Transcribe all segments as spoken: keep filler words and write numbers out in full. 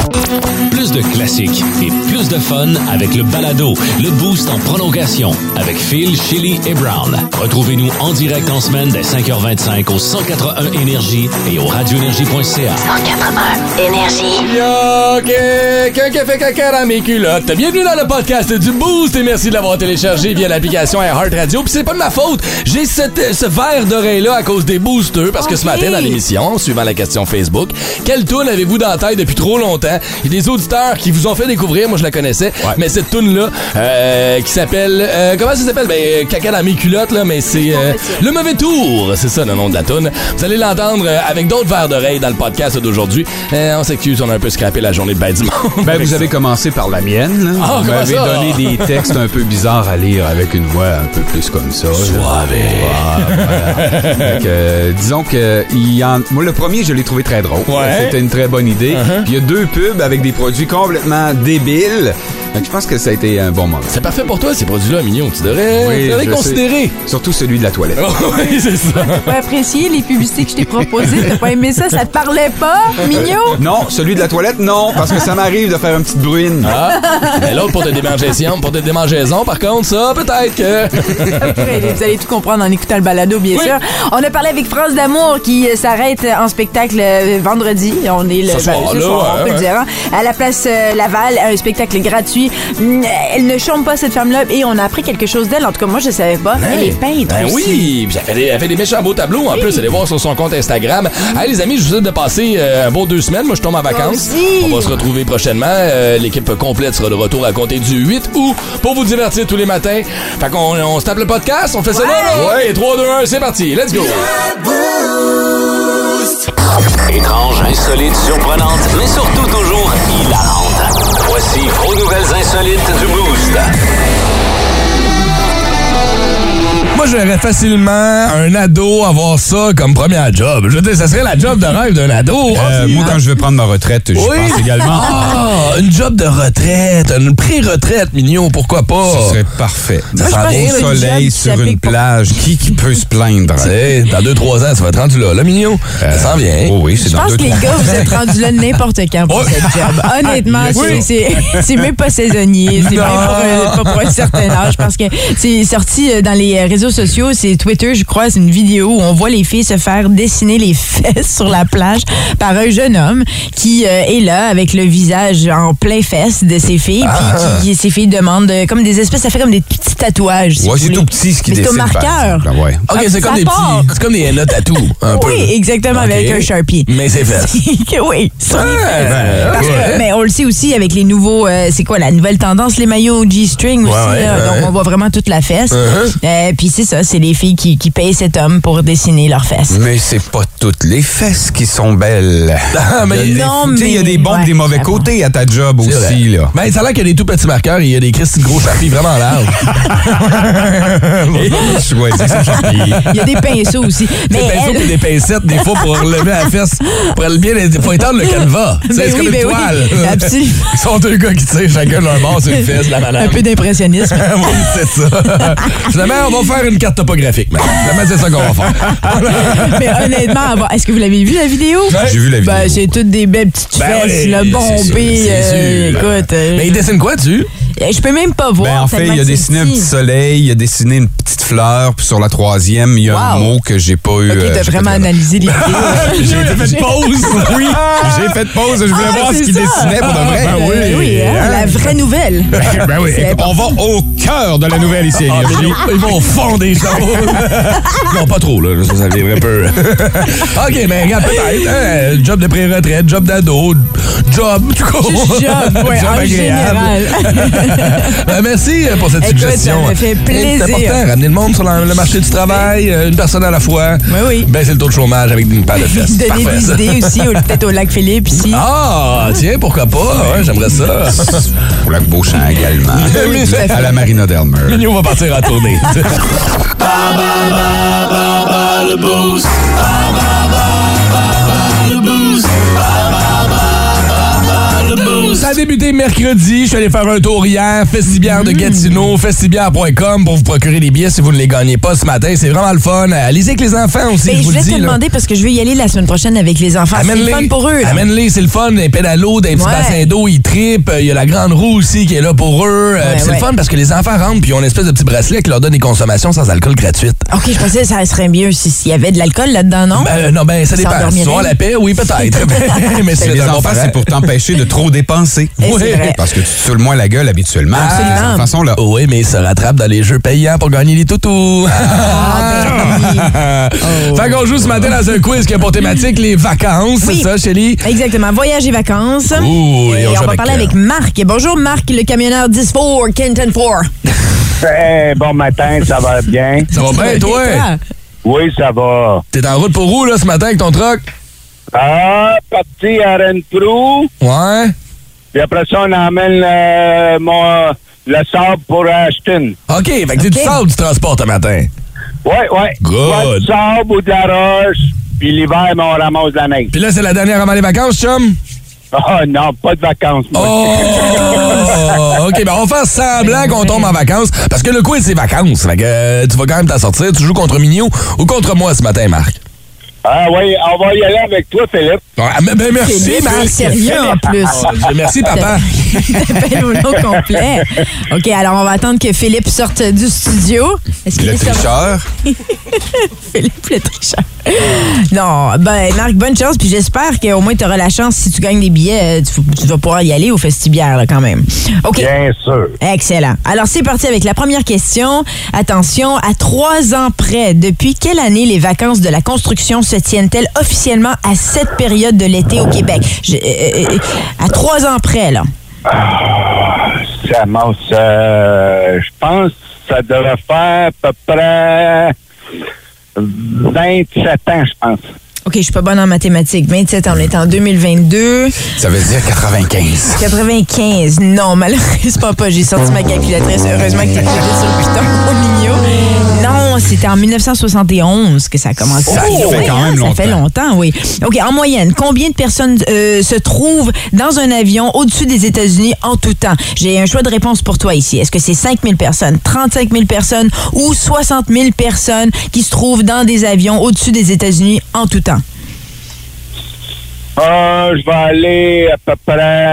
Plus de classiques et plus de fun avec le balado, le Boost en prolongation avec Phil, Chili et Brown. Retrouvez-nous en direct en semaine dès cinq heures vingt-cinq au cent quatre-un Énergie et au radio énergie point c a. cent quatre-un Énergie. Y'a quelqu'un qui a fait caca dans mes culottes. Bienvenue dans le podcast du Boost et merci de l'avoir téléchargé via l'application Heart Radio. Puis c'est pas de ma faute. J'ai cette, ce verre d'oreille-là à cause des boosters parce que okay. Ce matin dans l'émission, suivant la question Facebook, quelle toune avez-vous dans la tête depuis trop longtemps? Il y a des auditeurs qui vous ont fait découvrir, moi je la connaissais, ouais. Mais cette toune-là, euh, qui s'appelle, euh, comment ça s'appelle? Ben, caca dans mes culottes, là, mais c'est euh, Le Mauvais Tour. C'est ça le nom de la toune. Vous allez l'entendre euh, avec d'autres verres d'oreille dans le podcast d'aujourd'hui. Euh, on s'excuse, on a un peu scrappé la journée de ben du monde. Ben, vous avez commencé par la mienne, là. Ah, vous m'avez ça? donné des textes un peu bizarres à lire avec une voix un peu plus comme ça. Suave. Voilà. Donc, euh, disons que il y en... moi, le premier, je l'ai trouvé très drôle. Ouais. C'était une très bonne idée. Uh-huh. Puis il y a deux pubs avec des produits complètement débiles. Donc, je pense que ça a été un bon moment. C'est parfait pour toi, ces produits-là, mignon. Tu devrais, oui, tu devrais considérer. Sais. Surtout celui de la toilette. Oh, oui, c'est ça. T'as pas apprécié les publicités que je t'ai proposées? T'as pas aimé ça? Ça te parlait pas, mignon? Non, celui de la toilette, non. Parce que ça m'arrive de faire une petite bruine. Ah, mais l'autre pour tes démangeaisons, pour tes démangeaisons, par contre, ça, peut-être que... Vous allez tout comprendre en écoutant le balado, bien oui. sûr. On a parlé avec France d'Amour qui s'arrête en spectacle vendredi. On est le... Ce soir, ben, ce là, soir, ouais, on peut ouais. le dire, hein? À la place euh, Laval, un spectacle gratuit. Elle ne chante pas, cette femme-là, et on a appris quelque chose d'elle. En tout cas, moi, je savais pas. Hey. Elle est peintre ben aussi. Oui, puis elle fait, des, elle fait des méchants beaux tableaux. En oui. plus, allez voir sur son compte Instagram. Hey, les amis, je vous souhaite de passer euh, un beau deux semaines. Moi, je tombe en vacances. On va se retrouver prochainement. Euh, l'équipe complète sera de retour à compter du huit août pour vous divertir tous les matins. Fait qu'on on se tape le podcast. On fait ça ouais. là, là. Ouais, trois, deux, un, c'est parti. Let's go. Étrange, insolite, surprenante, mais surtout toujours hilarante. Voici vos nouvelles insolites du Boost. Moi, j'aurais facilement un ado avoir ça comme première job. Je veux dire, ça serait la job de rêve d'un ado. Euh, moi, quand je vais prendre ma retraite, j'y oui. pense également. Ah, une job de retraite, une pré-retraite, mignon, pourquoi pas? Ce serait parfait. Ça sent bien au soleil sur une plage. Pour... Qui, qui peut se plaindre? T'sais, dans deux trois ans, ça va être rendu là. Là, mignon, euh, ça s'en vient. Oh oui, c'est je dans pense deux, que les gars, vous êtes rendus là n'importe quand pour oh. cette job. Honnêtement, oui. c'est, c'est, c'est même pas saisonnier. C'est même pour, euh, pas pour un certain âge parce que c'est sorti dans les réseaux sociaux. C'est Twitter, je crois, c'est une vidéo où on voit les filles se faire dessiner les fesses sur la plage par un jeune homme qui euh, est là avec le visage en plein fesses de ses filles. Ah. Puis qui, ces filles demandent comme des espèces, ça fait comme des petits tatouages. Si ouais, c'est tout petit ce qui dessine. C'est au marqueur. Ouais. OK, c'est comme, des petits, c'est comme des henna tatous, un oui, peu. Oui, exactement, okay. Avec un Sharpie. Mais c'est fesses. Oui, sur ah, les fesses. Ben, Parce ouais. que, mais on le sait aussi avec les nouveaux, euh, c'est quoi la nouvelle tendance, les maillots G-string aussi. Ouais, là, ouais. Donc on voit vraiment toute la fesse. Uh-huh. Euh, Puis c'est ça, c'est les filles qui, qui payent cet homme pour dessiner leurs fesses. Mais c'est pas toutes les fesses qui sont belles. Ah, mais il y a non, des, mais... il y a des bons et ouais, des mauvais côtés à ta job c'est aussi. Là. Ben, ça a l'air qu'il y a des tout petits marqueurs et il y a des Christy de gros Sharpies vraiment larges. Choisis son Sharpie. Il y a des pinceaux aussi. Des mais pinceaux elle... et des pincettes, des fois, pour relever la fesse, pour elle bien, il faut étendre le canevas. Ben C'est oui, comme une ben toile. Oui, absolument. Ils sont deux gars qui tirent chacun leur bord sur une fesse, la madame. Un peu d'impressionnisme. Oui, c'est ça. Finalement, on va faire une carte topographique, man. Finalement, c'est ça qu'on va faire. Mais honnêtement, est-ce que vous l'avez vu, la vidéo? Ouais. J'ai vu la vidéo. Ben, c'est toutes des belles petites ben fesses, oui, là, bombées. Euh, écoute. Euh, Mais il dessine quoi dessus? Je peux même pas voir. Ben, en fait, il a dessiné un petit soleil, il a dessiné une petite fleur, puis sur la troisième, il y a wow. un mot que j'ai pas eu. Ok, euh, t'as vraiment analysé les vidéos. J'ai fait pause. Oui, j'ai fait pause. Je voulais ah, voir ce qu'il ça. dessinait pour de vrai. Ben oui, oui hein, hein? La vraie nouvelle. Ben, ben oui. On va au cœur de la nouvelle ici. Ah, ils vont au fond des choses. Non, pas trop, là. Ça, ça vient un peu. OK, mais regarde, peut-être. Hein, job de pré-retraite, job d'ado, job, du coup. Job, oui, en général. Ben, merci pour cette Écoute, suggestion. Ça me fait plaisir. C'est important, ramener le monde sur le marché du travail, une personne à la fois. Oui, oui. Baisser le taux de chômage avec une paire de fesses. Donner parfait, des ça. idées aussi, ou peut-être au lac Philippe ici. Ah, tiens, pourquoi pas? Ouais, j'aimerais ça. Au lac Beauchamp également. Oui, tout à fait. À la Marina Delmer. Nous, on va partir en tournée. Le boost. Le boost. Le boost. Ça a débuté mercredi. Je suis allé faire un tour hier. Festibière de Gatineau, festibière point com pour vous procurer les billets si vous ne les gagnez pas ce matin. C'est vraiment le fun. Allez-y avec les enfants aussi. Ben, je je vous voulais le dis, te là. demander parce que je veux y aller la semaine prochaine avec les enfants. C'est le fun pour eux. Là. Amène-les, c'est le fun. Des pédalos, des petits Ouais. bassins d'eau, ils trippent. Il y a la grande roue aussi qui est là pour eux. Ouais, c'est ouais. le fun parce que les enfants rentrent puis ils ont une espèce de petit bracelet qui leur donne des consommations sans alcool gratuites. OK, je pensais que ça serait mieux si- s'il y avait de l'alcool là-dedans, non? Ben, non, ben, ça Ils dépend. Si s'endormiraient. tu vas avoir la paix, oui, peut-être. Mais c'est Les un bon enfants, parent. c'est pour t'empêcher de trop dépenser. Eh, c'est Oui. vrai. Parce que tu te saoules moins la gueule habituellement. Absolument. Les enfants sont là. Oui, mais ils se rattrapent dans les jeux payants pour gagner les toutous. Ah, ben oui. Fait qu'on joue ce matin dans un quiz qui a pour thématique les vacances. Oui. C'est ça, Shelly? Exactement. Voyage et vacances. Ouh, et et on on joue va avec, parler euh, avec Marc. Bonjour, Marc, le camionneur dix quatre, Kenton quatre. Hey, bon matin, ça va bien? Ça va bien, toi? Oui, ça va. T'es en route pour où, là, ce matin, avec ton truck? Ah, parti à Renfrew. Ouais. Puis après ça, on emmène euh, mon, le sable pour Ashton. OK, fait que c'est OK. du sable du transport ce matin. Oui, oui. Good. Soit du sable ou de la roche. Puis l'hiver, ben, on ramasse de la neige. Puis là, c'est la dernière avant les vacances, chum? Ah non, pas de vacances, moi. Oh! OK, ben on va faire semblant qu'on tombe en vacances. Parce que le quiz, c'est vacances. Fait que euh, tu vas quand même t'en sortir. Tu joues contre Mignot ou contre moi ce matin, Marc? Ah oui, on va y aller avec toi, Philippe. Ah, ben, ben, merci, Philippe, Marc. sérieux en plus. Oh, merci, papa. T'appelles au nom complet. OK, alors on va attendre que Philippe sorte du studio. Est-ce qu'il Le est sorti? tricheur. Philippe le tricheur. Non, ben Marc, bonne chance. Puis j'espère qu'au moins tu auras la chance, si tu gagnes des billets, tu, tu vas pouvoir y aller au Festibière là, quand même. OK. Bien sûr. Excellent. Alors, c'est parti avec la première question. Attention, à trois ans près, depuis quelle année les vacances de la construction se tiennent-elles officiellement à cette période de l'été au Québec? Je- euh, euh, à trois ans près, là. Ça m'en... euh, je pense que ça devrait faire à peu près vingt-sept ans, je pense. OK, je suis pas bonne en mathématiques. vingt-sept ans, on est en deux mille vingt-deux. Ça veut dire quatre-vingt-quinze. quatre-vingt-quinze. Non, malheureusement pas. J'ai sorti ma calculatrice. Heureusement que tu étais sur le piton, au milieu. Non, c'était en dix-neuf cent soixante et onze que ça a commencé. Ça Oui, fait quand hein, même Ça fait longtemps. longtemps, oui. OK, en moyenne, combien de personnes euh, se trouvent dans un avion au-dessus des États-Unis en tout temps? J'ai un choix de réponse pour toi ici. Est-ce que c'est cinq mille personnes, trente-cinq mille personnes ou soixante mille personnes qui se trouvent dans des avions au-dessus des États-Unis en tout temps? Euh, je vais aller à peu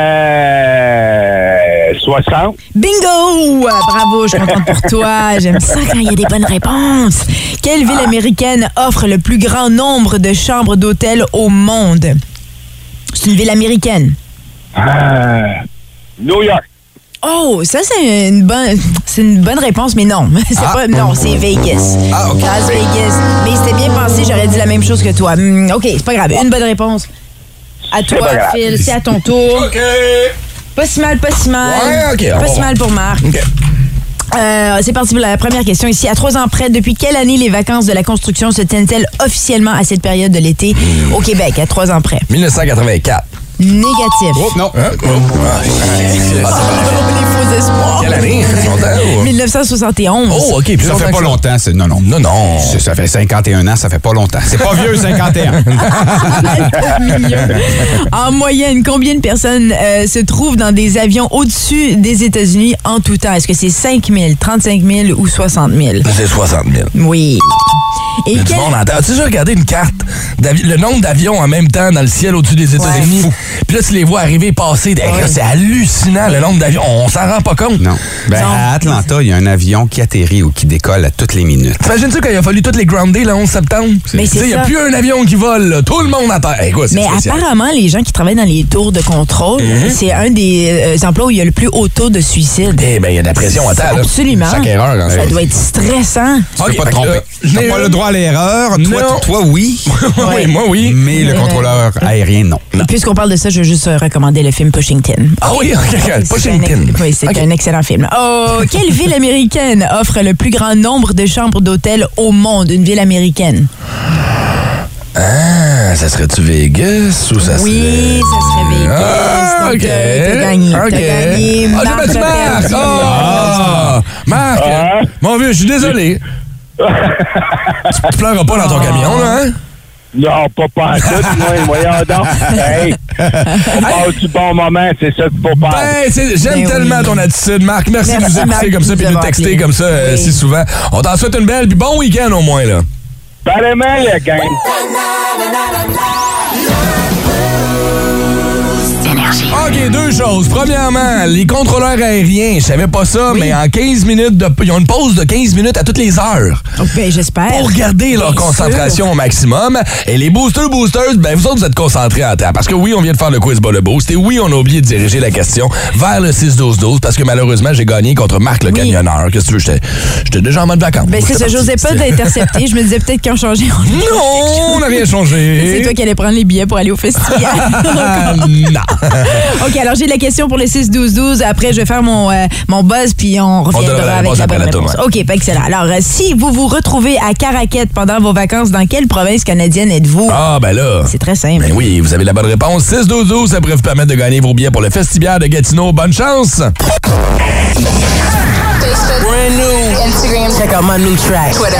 près soixante. Bingo! Ah, bravo, je suis contente pour toi. J'aime ça quand il y a des bonnes réponses. Quelle ville américaine offre le plus grand nombre de chambres d'hôtel au monde? C'est une ville américaine. Euh, New York. Oh, ça, c'est une bonne, c'est une bonne réponse, mais non. C'est Ah. pas, non, c'est Vegas. Ah, OK. Las Vegas. Mais c'était bien pensé, j'aurais dit la même chose que toi. Hum, OK, c'est pas grave. Une bonne réponse. À C'est toi, pas grave. Phil, c'est à ton tour. OK. Pas si mal, pas si mal. Ouais, OK, on Pas va si voir. mal pour Marc. OK. Euh, c'est parti pour la première question ici. À trois ans près, depuis quelle année les vacances de la construction se tiennent-elles officiellement à cette période de l'été au Québec? À trois ans près. mille neuf cent quatre-vingt-quatre. Négatif. Oh, non. Hein? Oh. Ah, Les faux espoirs. Quelle année? Ça fait longtemps, ou? mille neuf cent soixante et onze. Oh, OK. Plus Ça longtemps fait que pas longtemps. c'est- Non, non. Non, non. Ça, ça fait cinquante et un ans, ça fait pas longtemps. C'est pas vieux, cinquante et un. Pauvre mignon. En moyenne, combien de personnes euh, se trouvent dans des avions au-dessus des États-Unis en tout temps? Est-ce que c'est cinq mille, trente-cinq mille ou soixante mille? C'est soixante mille. Oui. Et Il y a du quel- monde en terre. As-tu déjà regardé une carte? d'avi- Le nombre d'avions en même temps dans le ciel au-dessus des États-Unis. Puis là, tu les vois arriver, passer. Hey, là, c'est hallucinant, le nombre d'avions. On s'en rend pas compte. Non. Ben, Non. à Atlanta, il y a un avion qui atterrit ou qui décolle à toutes les minutes. T'imagines-tu quand il a fallu toutes les grounder le onze septembre? Mais c'est Il n'y a ça. plus un avion qui vole. Là. Tout le monde à terre. Hey, quoi, c'est Mais spécial. apparemment, les gens qui travaillent dans les tours de contrôle, c'est un des euh, emplois où il y a le plus haut taux de suicide. Eh bien, il y a de la pression à terre. là. Absolument. Chaque erreur. en Ça fait. doit être stressant. Tu peux Ok, pas te fait que, tromper. euh, T'as j'en ai pas un. le droit à l'erreur. Toi, Non. toi, oui. Oui, moi, oui. Mais le Mais- contrôleur aérien, non. Et puisqu'on parle de ça, je veux juste euh, recommander le film Pushington. Ah oui, ok, ok. C'est Pushington. un, oui, c'est Ok. un excellent film. Oh, quelle ville américaine offre le plus grand nombre de chambres d'hôtel au monde? Une ville américaine. Ah, ça serait-tu Vegas ou ça serait... Oui, ça serait Vegas. Ah, Donc, OK. euh, t'as gagné. OK. T'as gagné. Ah, j'ai Marc battu a Marc. perdu. Ah, Marc. Ah. Mon vieux, je suis désolé. Tu pleuras pas dans ton camion, là, hein? Non, pas pas en tout, moi, voyons donc. Hey, on passe du bon moment, c'est ça qu'il faut faire. Ben, c'est- j'aime Ben tellement oui. ton attitude, Marc. Merci, Merci, de nous écouter Marc, comme ça de puis de nous nous avoir texter appelé. comme ça euh, Oui. si souvent. On t'en souhaite une belle puis bon week-end au moins, là. Pareillement, la gang. OK, deux choses. Premièrement, les contrôleurs aériens, je savais pas ça, mais en quinze minutes, de, ils ont une pause de quinze minutes à toutes les heures Oh, ben, j'espère. pour garder leur Bien concentration sûr. au maximum. Et les boosters, boosters, ben vous autres, vous êtes concentrés en temps. Parce que oui, on vient de faire le quiz bas le boost. Et oui, on a oublié de diriger la question vers le six douze douze parce que malheureusement, j'ai gagné contre Marc le Oui. camionneur. Qu'est-ce que tu veux? J'étais j'étais déjà en mode vacances. Ben, c'est ça, j'osais pas d'intercepter. Je me disais peut-être qu'ils ont changé. Non, on n'a rien changé. C'est toi qui allais prendre les billets pour aller au festival. Ah, non. OK, alors j'ai la question pour le six douze douze. Après, je vais faire mon, euh, mon buzz, puis on donnera reviendra la avec réponse la après bonne la réponse. tournée. OK, pas excellent. Alors, euh, si vous vous retrouvez à Caraquette pendant vos vacances, dans quelle province canadienne êtes-vous? Ah, ben là. C'est très simple. Ben oui, vous avez la bonne réponse. six douze douze, ça pourrait vous permettre de gagner vos billets pour le Festival de Gatineau. Bonne chance! Brand new. Instagram. Check out my new track. Twitter.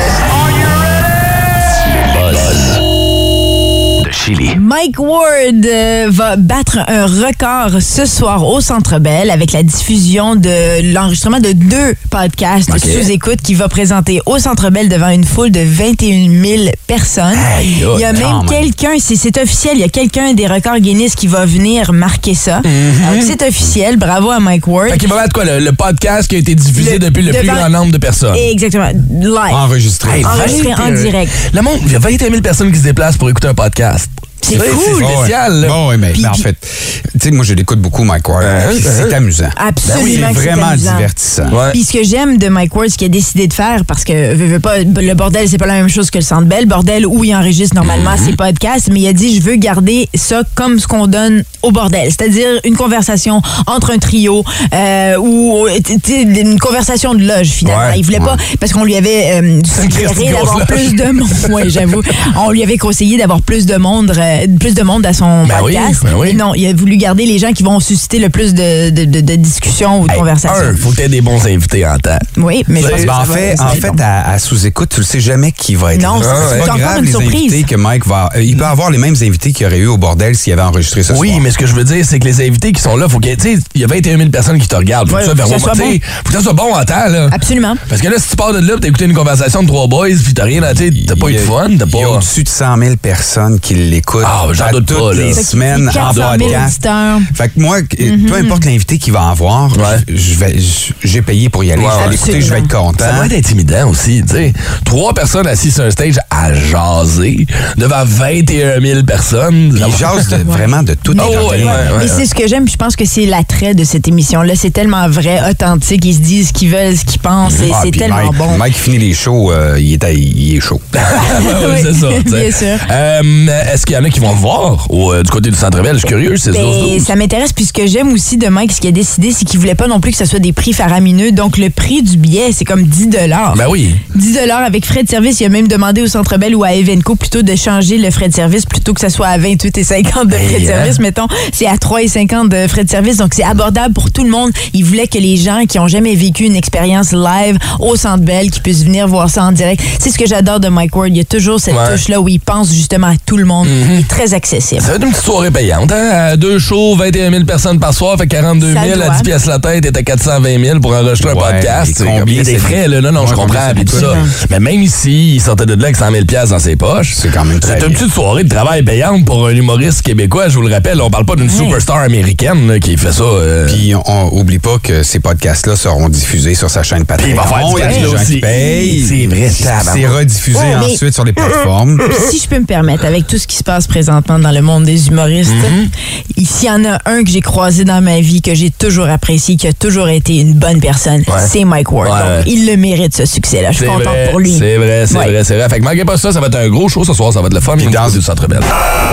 De Chili. Mike Ward euh, va battre un record ce soir au Centre Bell avec la diffusion de l'enregistrement de deux podcasts OK. sous écoute qu'il va présenter au Centre Bell devant une foule de vingt et une mille personnes. Aïe, il y a aïe, même quand même. quelqu'un, c'est, c'est officiel, il y a quelqu'un des records Guinness qui va venir marquer ça. Donc c'est officiel, bravo à Mike Ward. Fait qu'il va battre quoi? Le, le podcast qui a été diffusé Le- depuis le plus devant- grand nombre de personnes. Exactement, live. Enregistré. Hey, enregistré en vingt et un direct. Le monde, il y a vingt et un mille personnes qui se déplacent pour écouter un podcast. C'est Tu sais, cool. C'est spécial, là. Bon, oui, mais, Puis- mais en puis- fait, tu sais, moi, je l'écoute beaucoup, Mike Ward. Uh-huh, puis uh-huh. c'est amusant. Absolument Ben oui, que c'est c'est vraiment amusant. divertissant. Ouais. Puis ce que j'aime de Mike Ward, ce qu'il a décidé de faire, parce que veux, veux pas, le bordel, c'est pas la même chose que le Centre Bell. Bordel, où il enregistre normalement Mm-hmm. ses podcasts, mais il a dit, je veux garder ça comme ce qu'on donne au bordel. C'est-à-dire une conversation entre un trio euh, ou tu sais, une conversation de loge, finalement. Ouais, il voulait pas, parce qu'on lui avait euh, suggéré Christy d'avoir grosse plus loge. de monde. Oui, j'avoue. On lui avait conseillé d'avoir plus de monde, euh, plus de monde à son Ben oui, podcast. ben oui. Mais non, il a voulu garder les gens qui vont susciter le plus de, de, de, de discussions ou de Hey, conversations. un, faut que t'aies des bons invités en temps. Oui, mais je pense que Ben, ça en va- fait, ça en va être fait bon. à, à sous-écoute, tu le sais jamais qui va être Non, là. c'est- c'est C'est pas encore grave une les surprise. invités que Mike va... euh, il peut avoir les mêmes invités qu'il y aurait eu au bordel s'il avait enregistré ce Oui, soir. mais ce que je veux dire, c'est que les invités qui sont là, faut qu'il y ait, tu sais, il y a vingt et un mille personnes qui te regardent. Faut Ouais, que ça, faut que ça faut, soit tu sais, faut que ça soit bon en temps, là. Absolument. Parce que là, si tu pars de là, pis t'as écouté une conversation de trois boys, puis t'as rien à, tu sais, t'as pas eu Il y de a- fun, t'as Il y a pas. au-dessus de cent mille personnes qui l'écoutent Ah, j'en à doute toutes pas, là. les Fait qu'il semaines dit en quatre cent mille podcast. auditeurs. Fait que moi, peu importe l'invité qu'il va avoir, Ouais. je je vais, je- j'ai payé pour y aller. Ouais, je vais ouais. l'écouter, je vais être content. Ça doit être intimidant aussi, tu sais. Trois personnes assises sur un stage à jaser devant vingt et un mille personnes. Ils jasent de- vraiment de tout et Oh, de ouais, rien. ouais, ouais. Mais c'est ce que j'aime, puis je pense que c'est l'attrait de cette émission-là. C'est tellement vrai, authentique. Ils se disent ce qu'ils veulent, ce qu'ils pensent. et Ah, c'est puis tellement Mike, bon. Mike finit les shows, euh, il, est à- il est chaud. Ouais, ouais, Oui, c'est ça. tu sais. bien sûr. Euh, Est-ce qu'il y en a qui vont le voir au, euh, du côté du Centre Bell? Je suis curieux, c'est Ben, ça m'intéresse, puis ce que j'aime aussi de Mike, ce qu'il a décidé, c'est qu'il voulait pas non plus que ce soit des prix faramineux. Donc, le prix du billet, c'est comme dix dollars. Ben oui. dix dollars avec frais de service. Il a même demandé au Centre Bell ou à Evenco plutôt de changer le frais de service plutôt que ça soit à vingt-huit et cinquante de frais Hey, de hein? service. Mettons, c'est à trois et cinquante de frais de service. Donc, c'est abordable pour tout le monde. Il voulait que les gens qui ont jamais vécu une expérience live au Centre Bell, qui puissent venir voir ça en direct. C'est ce que j'adore de Mike Ward. Il y a toujours cette Ouais. touche-là où il pense justement à tout le monde. Il est très accessible. Ça va être une petite soirée payante, hein? À deux shows, vingt et un mille personnes par soir, fait quarante-deux Ça mille à doit. dix piastres la tête, et à quatre cent vingt mille pour enregistrer un Ouais, podcast. et C'est comme, combien il y a des c'est- frais, là. Non, non, Ouais, je combien comprends, ça puis tout coûte? ça. Mais même ici, il sortait de là avec cent mille piastres dans ses poches. C'est quand même très C'est une bien. petite soirée de travail payante pour un humoriste québécois, je vous le rappelle. On parle pas d'une superstar américaine là, qui fait ça. euh, Puis on, on oublie pas que ces podcasts-là seront diffusés sur sa chaîne Patreon. il va faire du Il y a cash, des là gens aussi. qui payent. C'est vrai, tabarnak. C'est rediffusé Ouais, mais- ensuite sur les plateformes. Puis si je peux me permettre, avec tout ce qui se passe présentement dans le monde des humoristes, Mm-hmm. s'il y en a un que j'ai croisé dans ma vie, que j'ai toujours apprécié, qui a toujours été une bonne personne, Ouais. c'est Mike Ward. Ouais. Donc, il le mérite, ce succès-là. Je suis C'est contente vrai, pour lui. c'est vrai, c'est Ouais. vrai, c'est vrai. Fait que manquez pas ça, ça va être un gros show ce soir, ça va être le fun. Puis dans- du Centre Bell.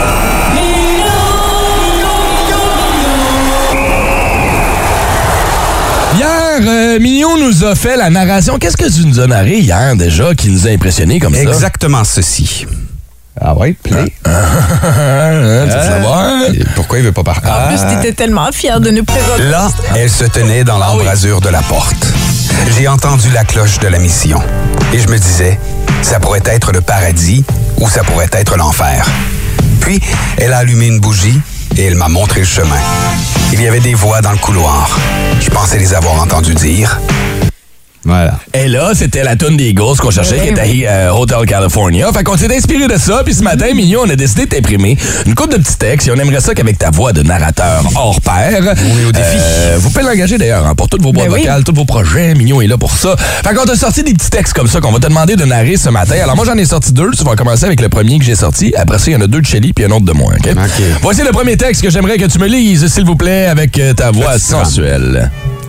Hier, euh, Mignon nous a fait la narration. Qu'est-ce que tu nous as narré hier déjà qui nous a impressionnés comme ça? Exactement ceci. Ah ouais, play. Hein, tu veux savoir? Et pourquoi il veut pas partir? En plus, t'étais tellement fier de nous présenter. Là, elle se tenait dans l'embrasure de la porte. J'ai entendu la cloche de la mission. Et je me disais, ça pourrait être le paradis ou ça pourrait être l'enfer. Puis, elle a allumé une bougie et elle m'a montré le chemin. Il y avait des voix dans le couloir. Je pensais les avoir entendues dire... Voilà. Et là, c'était la toune des Eagles qu'on cherchait, qui était euh, Hotel California. Fait qu'on s'est inspiré de ça, puis ce matin, Mignon, on a décidé de t'imprimer une couple de petits textes, et on aimerait ça qu'avec ta voix de narrateur hors pair, on est au défi. Euh, vous pouvez l'engager d'ailleurs, hein, pour toutes vos boîtes Ben vocales, oui. tous vos projets. Mignon est là pour ça. Fait qu'on t'a sorti des petits textes comme ça qu'on va te demander de narrer ce matin. Alors moi, j'en ai sorti deux. Tu vas commencer avec le premier que j'ai sorti. Après ça, il y en a deux de Shelly, puis un autre de moi. OK? OK. Voici le premier texte que j'aimerais que tu me lises, s'il vous plaît, avec euh, ta voix sensuelle.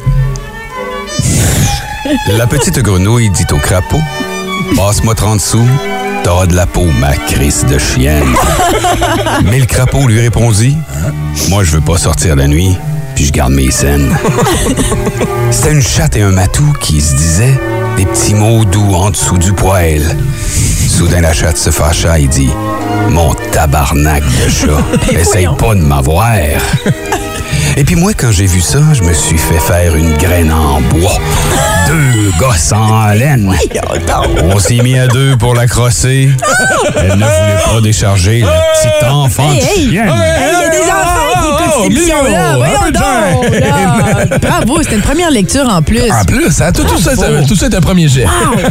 La petite grenouille dit au crapaud, « Passe-moi trente sous, t'auras de la peau, ma crisse de chienne. » Mais le crapaud lui répondit, « Moi, je veux pas sortir la nuit, puis je garde mes scènes. » C'était une chatte et un matou qui se disaient des petits mots doux en dessous du poêle. Soudain, la chatte se fâcha et dit, « Mon tabarnak de chat, essaye pas de m'avoir. » Et puis moi, quand j'ai vu ça, je me suis fait faire une graine en bois. Deux gosses en laine. On s'est mis à deux pour la crosser. Elle ne voulait pas décharger la petite enfant de Hey, hey. chienne. Hey, il y a des enfants qui écoutent cette émission-là. Mignon, Voyons un peu de donc, là. Bravo, c'était une première lecture en plus. En plus, hein, tout, tout, ça, c'est- tout ça est un premier jet.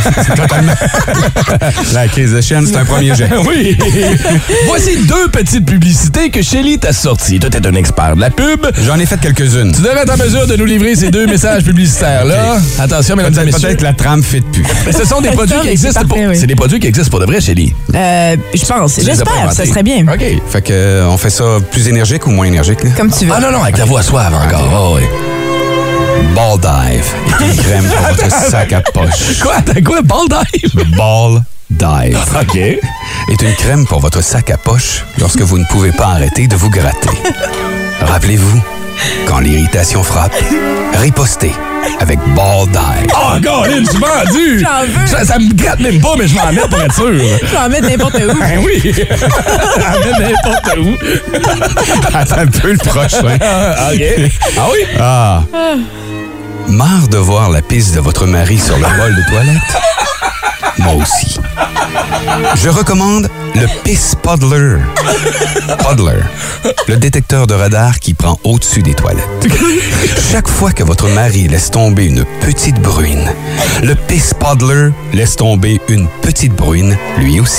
La crise de chienne, c'est un premier jet. Oui. Voici deux petites publicités que Shelly t'a sorties. Toi, t'es un expert de la pub. J'en ai fait quelques-unes. Tu devrais être en mesure de nous livrer ces deux messages publicitaires-là. Attention, mesdames et Peut-être messieurs. peut-être que la trame fit plus. Mais ce sont des produits Ça, qui mais existent c'est pour... parfait, oui. C'est des produits qui existent pour de vrai, Shelly. Euh, je pense. Tu les as pas J'espère, inventés. ça serait bien. OK. Fait que euh, on fait ça plus énergique ou moins énergique, là? Comme tu veux. Ah non, non, avec la voix suave encore. Ah, oui. Ball Dive est une crème pour votre sac à poche. Quoi? T'as quoi? Ball dive? Ball Dive OK. est une crème pour votre sac à poche lorsque vous ne pouvez pas arrêter de vous gratter. Rappelez-vous, quand l'irritation frappe, ripostez avec Ball Dive. Oh, Colin, tu m'as vendu! J'en veux. Ça, ça me gratte même pas, mais je m'en mets pour être sûr. Je vais en mettre n'importe où. Ben oui! J'en mets n'importe où. Attends un peu le prochain. Ah, OK. Ah oui? Ah. Marre de voir la pisse de votre mari sur le bol de toilette? Moi aussi. Je recommande le Piss Puddler. Puddler, le détecteur de radar qui prend au-dessus des toilettes. Chaque fois que votre mari laisse tomber une petite bruine, le Piss Puddler laisse tomber une petite bruine, lui aussi.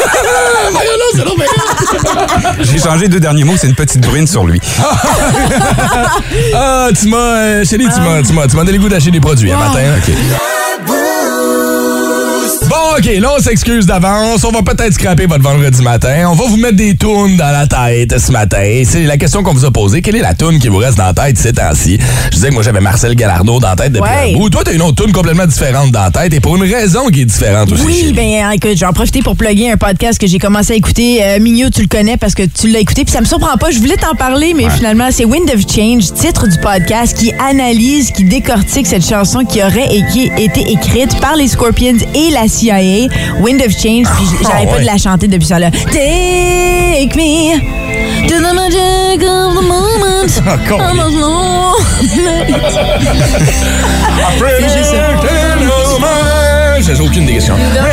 J'ai changé deux derniers mots, c'est une petite bruine sur lui. Ah, tu m'as... Euh, Chérie, tu m'as, tu m'as, tu m'as donné le goût d'acheter des produits un matin. OK. Bon, OK, là, on s'excuse d'avance. On va peut-être scraper votre vendredi matin. On va vous mettre des tunes dans la tête ce matin. C'est la question qu'on vous a posée. Quelle est la tune qui vous reste dans la tête ces temps-ci? Je disais que moi, j'avais Marcel Galardeau dans la tête depuis Ouais. un bout. Toi, t'as une autre tune complètement différente dans la tête et pour une raison qui est différente aussi. Oui, Chérie. ben écoute, j'en profité pour plugger un podcast que j'ai commencé à écouter. Euh, Mignot, tu le connais parce que tu l'as écouté. Puis ça me surprend pas. Je voulais t'en parler, mais finalement, c'est Wind of Change, titre du podcast, qui analyse, qui décortique cette chanson qui aurait et qui été écrite par les Scorpions et la C I A. Wind of Change. Puis j'arrête Ah, pas ouais. de la chanter depuis ça là. Take me to the magic of the moment. Ah, con. I'm alone. C'est juste ça. J'ai aucune des questions.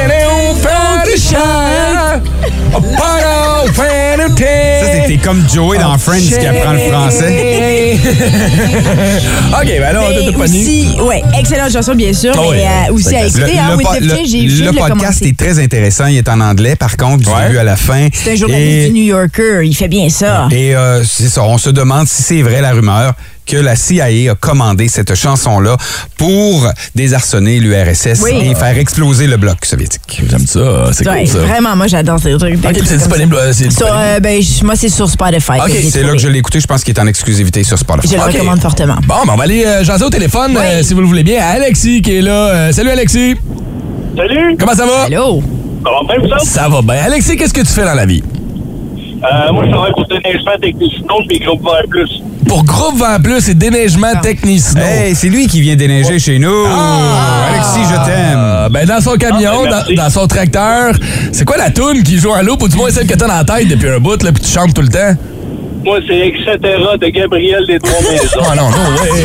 Ça, c'était comme Joey dans Friends qui apprend le français. OK, ben là, on a Mais tout pogné. aussi, ouais, excellente chanson, bien sûr, Ah mais oui, euh, aussi à c'est écouter. hein, Wind po- of le- Change, j'ai j'ai le le podcast commencé. est très intéressant. Il est en anglais, par contre, du Ouais. début à la fin. C'est un journaliste Et- du New Yorker, il fait bien ça. Et euh, c'est ça, on se demande si c'est vrai la rumeur que la C I A a commandé cette chanson-là pour désarçonner l'U R S S Oui. et faire exploser le bloc soviétique. J'aime ça, c'est Ouais, cool ça. vraiment, moi j'adore ces trucs. OK, c'est disponible. euh, c'est Sur, disponible. euh, ben, je- moi, c'est sur Spotify. Ok, que j'ai C'est là trouvé. que je l'ai écouté, je pense qu'il est en exclusivité sur Spotify. Je le Ok. recommande fortement. Bon, ben on va aller euh, jaser au téléphone, Ouais. euh, si vous le voulez bien, à Alexis qui est là. Euh, salut Alexis, Salut, comment ça va? Allô? ça va bien, vous autres? Ça va bien. Alexis, qu'est-ce que tu fais dans la vie? Euh, moi, je travaille pour Déneigement Technicien, puis Groupe Vert Plus. Pour Groupe Vent Plus et Déneigement Technisno. Hey, c'est lui qui vient déneiger chez nous. Alexis, je t'aime. Euh, ben dans son camion, Ah, ben, dans, merci. dans son tracteur, c'est quoi la toune qui joue en loop ou du moins celle que t'as dans la tête depuis un bout là puis tu chantes tout le temps? Moi, c'est et cetera de Gabriel des Trois-Maisons. Oh non, non, ouais.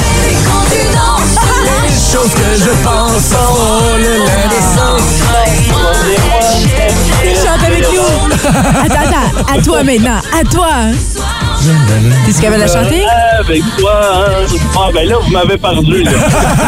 Les choses que je pense sont le Chante avec Attends, attends. À toi maintenant. À toi. T'es-tu capable de la chanter? Euh, avec toi, hein. Ah, ben là, vous m'avez perdu, là.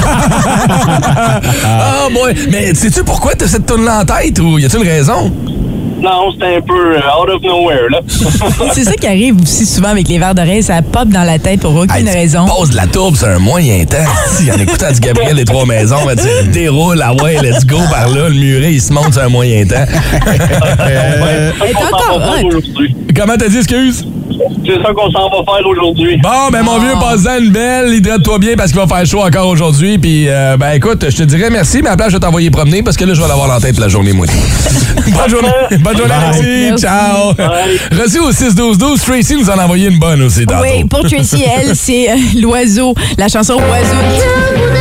Ah, boy. Mais sais-tu pourquoi t'as cette toune-là en tête ou y a-t-il une raison? Non, c'était un peu out of nowhere, là. C'est ça qui arrive aussi souvent avec les verres d'oreille. Ça pop dans la tête pour aucune Hey, raison. Pose de la tourbe, c'est un moyen temps. Si, en écoutant du Gabriel Les Trois Maisons, ben, tu déroules, ah ouais, let's go par là, le muret, il se monte sur un moyen temps. Euh, Elle est encore hot. Comment t'as dit, excuse? C'est ça qu'on s'en va faire aujourd'hui. Bon, ben mon vieux, passe-en une belle, hydrate-toi bien parce qu'il va faire chaud encore aujourd'hui. Puis, euh, ben écoute, je te dirais merci, mais à la place, je vais t'envoyer promener parce que là, je vais l'avoir en tête la journée, moi. Bonne journée. Bonne journée, merci. Merci. Ciao. Bye. Reçu au six douze douze, Tracy nous en a envoyé une bonne aussi tantôt. Oui, pour Tracy, elle, c'est euh, l'oiseau. La chanson Oiseau.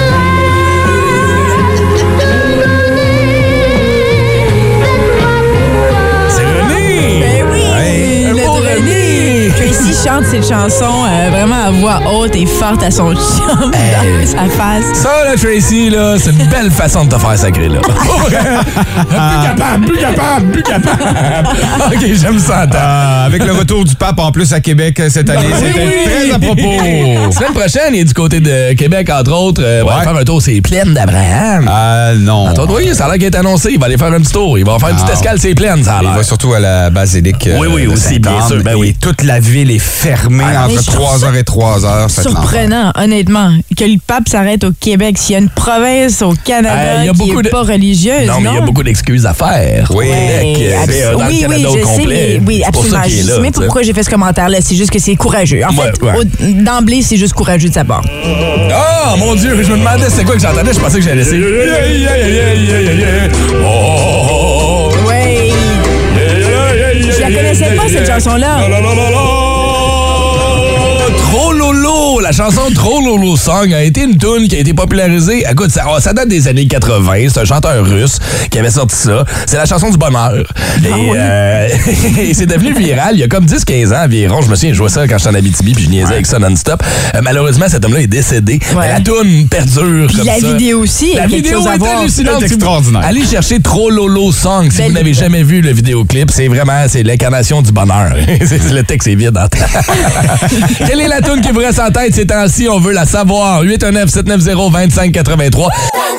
C'est René. Ben oui, Ouais. notre Un beau René. Tracy chante cette chanson euh, vraiment à voix haute et forte à son chum dans sa face. Ça, là, Tracy, là, c'est une belle façon de te faire sacrer, là. Plus capable, plus capable, plus capable. OK, j'aime ça. Attends. Ah, avec le retour du pape en plus à Québec cette année, c'était Oui. très à propos. Semaine prochaine, il est du côté de Québec, entre autres. Euh, On va Ouais. faire un tour, c'est plaines d'Abraham. Ah non. Entre autres, oui, ça a l'air qu'il est annoncé. Il va aller faire un petit tour. Il va faire une petite Ah. escale, c'est plaines, ça a Il l'air. va surtout à la basilique. Oui, oui, de aussi, bien Sainte-Anne, sûr, ben et oui. toute la ville est fermée Ah, mais entre je trouve trois heures et trois heures. cette Surprenant, honnêtement, que le pape s'arrête au Québec. S'il y a une province au Canada Euh, il y a qui beaucoup n'est de- pas religieuse, Non, mais il y a beaucoup d'excuses à faire. Oui. Québec, Ouais, euh, abs- c'est, euh, dans oui, le Canada oui, au je sais, complet. mais- oui, C'est pour absolument. ça qu'il est Je là, sais même tu pas sais. pourquoi j'ai fait ce commentaire-là. C'est juste que c'est courageux. En Ouais, fait, ouais. au- d'emblée, c'est juste courageux de sa part. Oh mon Dieu, je me demandais c'est quoi que j'entendais. Je pensais que j'allais laisser. Yeah, yeah, yeah, yeah, yeah, yeah. Oh, Oui. yeah, yeah, yeah, yeah, Je la connaissais yeah, pas, yeah, cette yeah. chanson-là. La, la, la, la, la. Trop Lolo, la chanson Trop Lolo Song a été une tune qui a été popularisée. Écoute, ça, ça date des années quatre-vingt. C'est un chanteur russe qui avait sorti ça. C'est la chanson du bonheur. Et, euh, et c'est devenu viral il y a comme dix quinze ans environ. Je me souviens, je jouais ça quand j'étais en Abitibi puis je niaisais avec ça non-stop. Euh, malheureusement, cet homme-là est décédé. Ouais. Mais la tune perdure Puis comme la ça. vidéo aussi, La a quelque vidéo chose à est voir. hallucinante. C'est Si vous- extraordinaire. Allez chercher Trop Lolo Song si Belle vous n'avez vidéo. jamais vu le vidéoclip. C'est vraiment, c'est l'incarnation du bonheur. C'est- le texte est vide en tête. Quelle est la tune qui vous reste en tête ces temps-ci? On veut la savoir. huit un neuf sept neuf zéro deux cinq huit trois.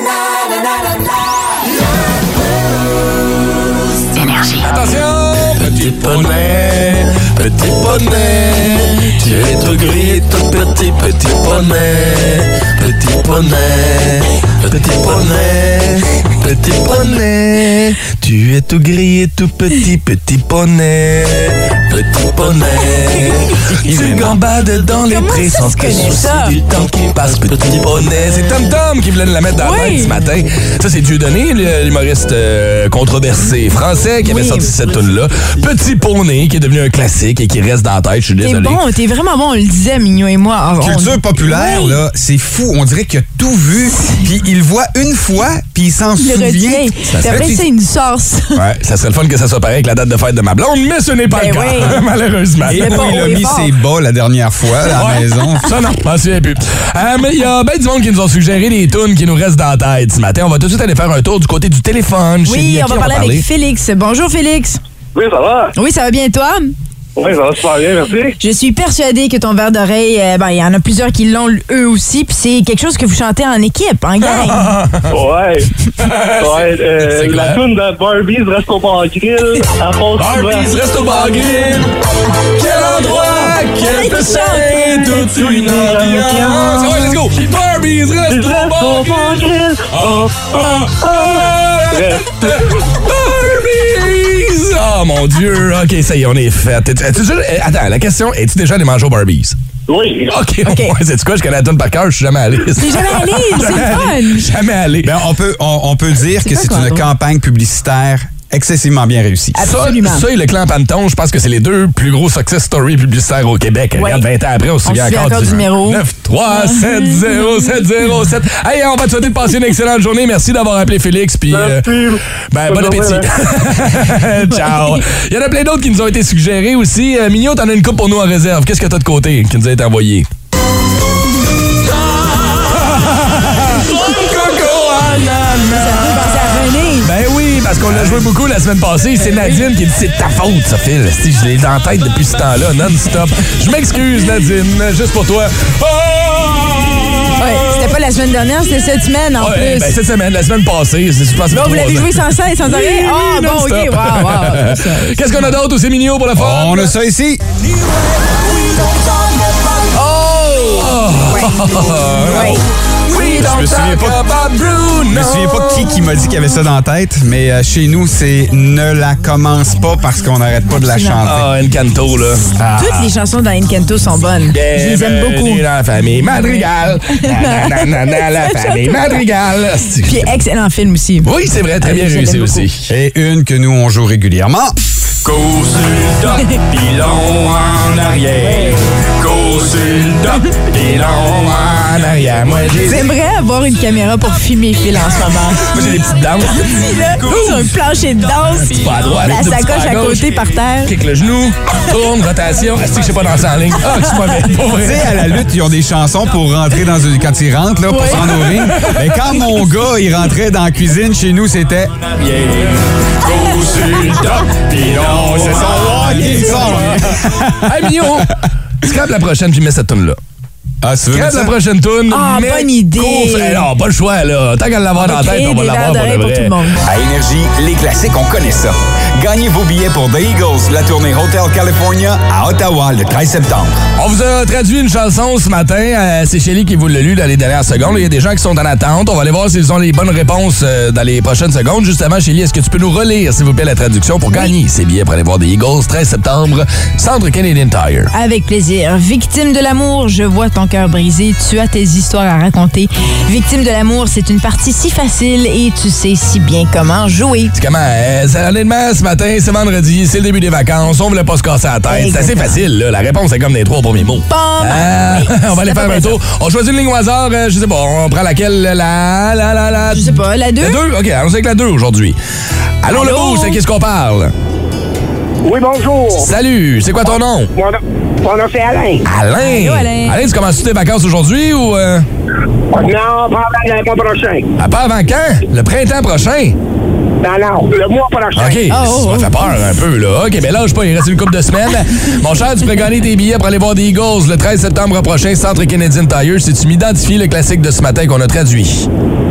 Attention! Petit poney, petit poney, tu es tout gris, tout petit, petit poney, petit poney, petit poney, petit poney, tu es tout gris et tout petit, petit poney, petit poney, tu gambades dans les Comment prés ça sans se te connaît ça? soucier du temps qui passe, petit poney. C'est Tom Tom qui voulait nous la mettre dans la Oui. tête ce matin. Ça, c'est Dieudonné, le- l'humoriste euh, controversé français qui avait Oui. sorti cette tune-là. Petit poney qui est devenu un classique et qui reste dans la tête. Je suis T'es désolé. bon, t'es vraiment bon, on le disait, Mignon et moi. On- Culture populaire, Oui. là, c'est fou. On dirait qu'il a tout vu, puis il le voit une fois, puis il s'en Il le souvient. retient. Ça Puis après, serait- c'est une sauce. Ouais, ça serait le fun que ça soit pareil avec la date de fête de ma blonde, mais ce n'est pas Ben le cas, oui. malheureusement. Et C'est où pas il haut a et mis fort. ses bas la dernière fois à la Ouais. maison. Ça, non, je m'en souviens plus. Euh, mais il y a bien du monde qui nous ont suggéré des tunes qui nous restent dans la tête ce matin. On va tout de suite aller faire un tour du côté du téléphone. Chez Oui, qui on va parler avec Félix. Bonjour, Félix. Oui, ça va? Oui, ça va bien, toi? Oui, ça va super bien, merci. Je suis persuadée que ton verre d'oreille, euh, ben, il y en a plusieurs qui l'ont eux aussi, puis c'est quelque chose que vous chantez en équipe, en gang. Ouais. Ouais, euh, C'est la clair. tune de Barbie's reste au bar grill. À Barbie's reste au bar grill. Quel endroit, quel pessin, toute une ambiance. Ouais, let's go. Barbie's reste au bar grill. Oh, oh, oh. Barbies. Oh mon Dieu. OK, ça y est, on est fait. Es-tu- es-tu déjà- eh, Attends, la question, es-tu déjà allé manger au Barbies? Oui. OK. OK. Ouais, sais-tu quoi? Je connais la tune par cœur, je suis jamais allé. T'es jamais allé, c'est le fun. Jamais allé. Ben, on peut, on, on peut dire C'est que pas c'est quoi, une donc? campagne publicitaire excessivement bien réussie. Absolument. Ça, ça et le clan Panton, je pense que c'est les deux plus gros success stories publicitaires au Québec. Ouais. Regarde, vingt ans après, on se souvient se souvient encore, encore du numéro. neuf trois sept zéro sept zéro sept. Hey, on va te souhaiter de passer une excellente journée. Merci d'avoir appelé Félix. Puis, euh, Merci. ben, bon Bonne appétit. journée, Ciao. Il y en a plein d'autres qui nous ont été suggérés aussi. Euh, Mignon, t'en as une coupe pour nous en réserve. Qu'est-ce que t'as de côté qui nous a été envoyé? Coco Ça me fait penser à René. Ben oui, parce qu'on l'a joué beaucoup la semaine passée. C'est Nadine qui dit c'est ta faute, ça, Phil. Si je l'ai dans la tête depuis ce temps-là, non-stop. Je m'excuse, Nadine, juste pour toi. Oh! Ouais, c'était pas la semaine dernière, c'était cette semaine en ouais, plus. Ben, cette semaine, la semaine passée. Je pense bon, vous l'avez joué sans cesse, sans arrêt? Ah, oui, bon, OK, wow, wow. Qu'est-ce qu'on a d'autre aussi, Mignot, pour la fun? On a ça ici. Oh! Ouais. Je me souviens pas. Je me souviens pas qui qui m'a dit qu'il y avait ça dans la tête, mais euh, chez nous, c'est Ne la commence pas parce qu'on n'arrête pas de la chanter. Ah, Encanto, là. Ah. Toutes les chansons dans Encanto sont bonnes. Je les aime beaucoup. La famille Madrigal. Nanana, la famille Madrigal. Puis excellent film aussi. Oui, c'est vrai, très bien réussi aussi. Et une que nous, on joue régulièrement. Cours sur le dock, pilon en arrière. Cours sur le dock, pilon en arrière. Moi, j'ai... J'aimerais avoir une caméra pour filmer Phil en ce moment. Moi, j'ai des petites danses. Là, sur un plancher de danse, petit pas à droite, la petit pas sacoche à à gauche. côté par terre. Kick le genou, tourne, rotation. Est-ce que je sais pas danser en ligne? Ah, excuse-moi, mais pour Tu vrai. sais, à la lutte, ils ont des chansons pour rentrer dans une... Quand ils rentrent, là, pour Ouais. se rendre au ring. Mais quand mon gars, il rentrait dans la cuisine chez nous, c'était... Yeah. Cours sur le dock, pilon. C'est son walking song. Hey, Mignon, scrape la prochaine, puis mets cette toune-là. Ah, tu veux Scrape mettre la ça? prochaine toune. Ah, mets bonne idée. course. Eh non, pas le choix, là. Tant qu'à l'avoir dans la tête, on va Créer des l'avoir verres pour d'oreille de pour tout vrai. le monde. À Énergie, les classiques, on connaît ça. Gagnez vos billets pour The Eagles, la tournée Hotel California à Ottawa le treize septembre. On vous a traduit une chanson ce matin. Euh, c'est Shelly qui vous l'a lu dans les dernières secondes. Il y a des gens qui sont en attente. On va aller voir s'ils ont les bonnes réponses euh, dans les prochaines secondes. Justement, Shelly, est-ce que tu peux nous relire, s'il vous plaît, la traduction pour gagner ces billets pour aller voir The Eagles, treize septembre, Centre Canadian Tire. Avec plaisir. Victime de l'amour, je vois ton cœur brisé. Tu as tes histoires à raconter. Victime de l'amour, c'est une partie si facile et tu sais si bien comment jouer. C'est comment? Euh, c'est- honnêtement, ce matin, c'est vendredi, c'est le début des vacances. On voulait pas se casser la tête. C'est assez Exactement. facile, là. La réponse est comme des trois premiers mots. Pas mal. Ah, Oui, on va aller c'est à faire peu un près tour. On choisit une ligne au hasard. euh, je sais pas, on prend laquelle? La, la, la, la... Je sais pas, la deux? La deux? OK, allons avec la deux aujourd'hui. Allô, le Allô? boost, c'est qui ce qu'on parle? Oui, bonjour. Salut, c'est quoi ton nom? Mon, nom- mon nom, c'est Alain. Alain. Allô, Alain. Alain, tu commences tes vacances aujourd'hui ou... Euh... Non, pas avant le mois prochain. Ah, pas avant quand? Le printemps prochain? Non, non, le mois prochain. OK, Oh, oh, ça me oh. fait peur un peu, là. OK, ben lâche pas, il reste une couple de semaines. Mon cher, tu pourrais gagner tes billets pour aller voir des Eagles le treize septembre prochain, Centre Canadian Tire, si tu m'identifies le classique de ce matin qu'on a traduit.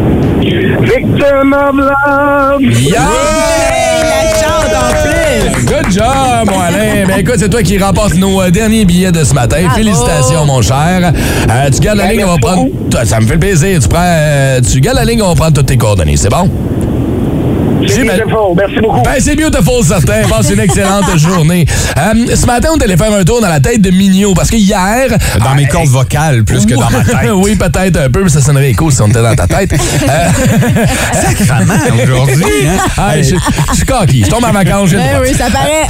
Victim of love. Yeah! La chante en plus. Good job, mon Alain. Ben écoute, c'est toi qui remporte nos euh, derniers billets de ce matin. Bravo. Félicitations, mon cher. Euh, tu gardes la Ben, ligne, on va merci prendre... beaucoup. Toi, ça me fait plaisir. Tu prends... euh, tu gardes la ligne, on va prendre toutes tes coordonnées. C'est bon? C'est ma- beautiful. Merci beaucoup. Ben, c'est beautiful, certain. Passe une excellente journée. Euh, ce matin, on est allé faire un tour dans la tête de Mignot parce que hier... Dans mes Ah, cordes vocales, plus que dans ma tête. oui, peut-être un peu, mais ça sonnerait écho si on était dans ta tête. Euh, Sacrement, aujourd'hui. Hein? ah, je, je suis coquille. Je tombe en vacances, j'ai le Ben droit. oui, ça paraît.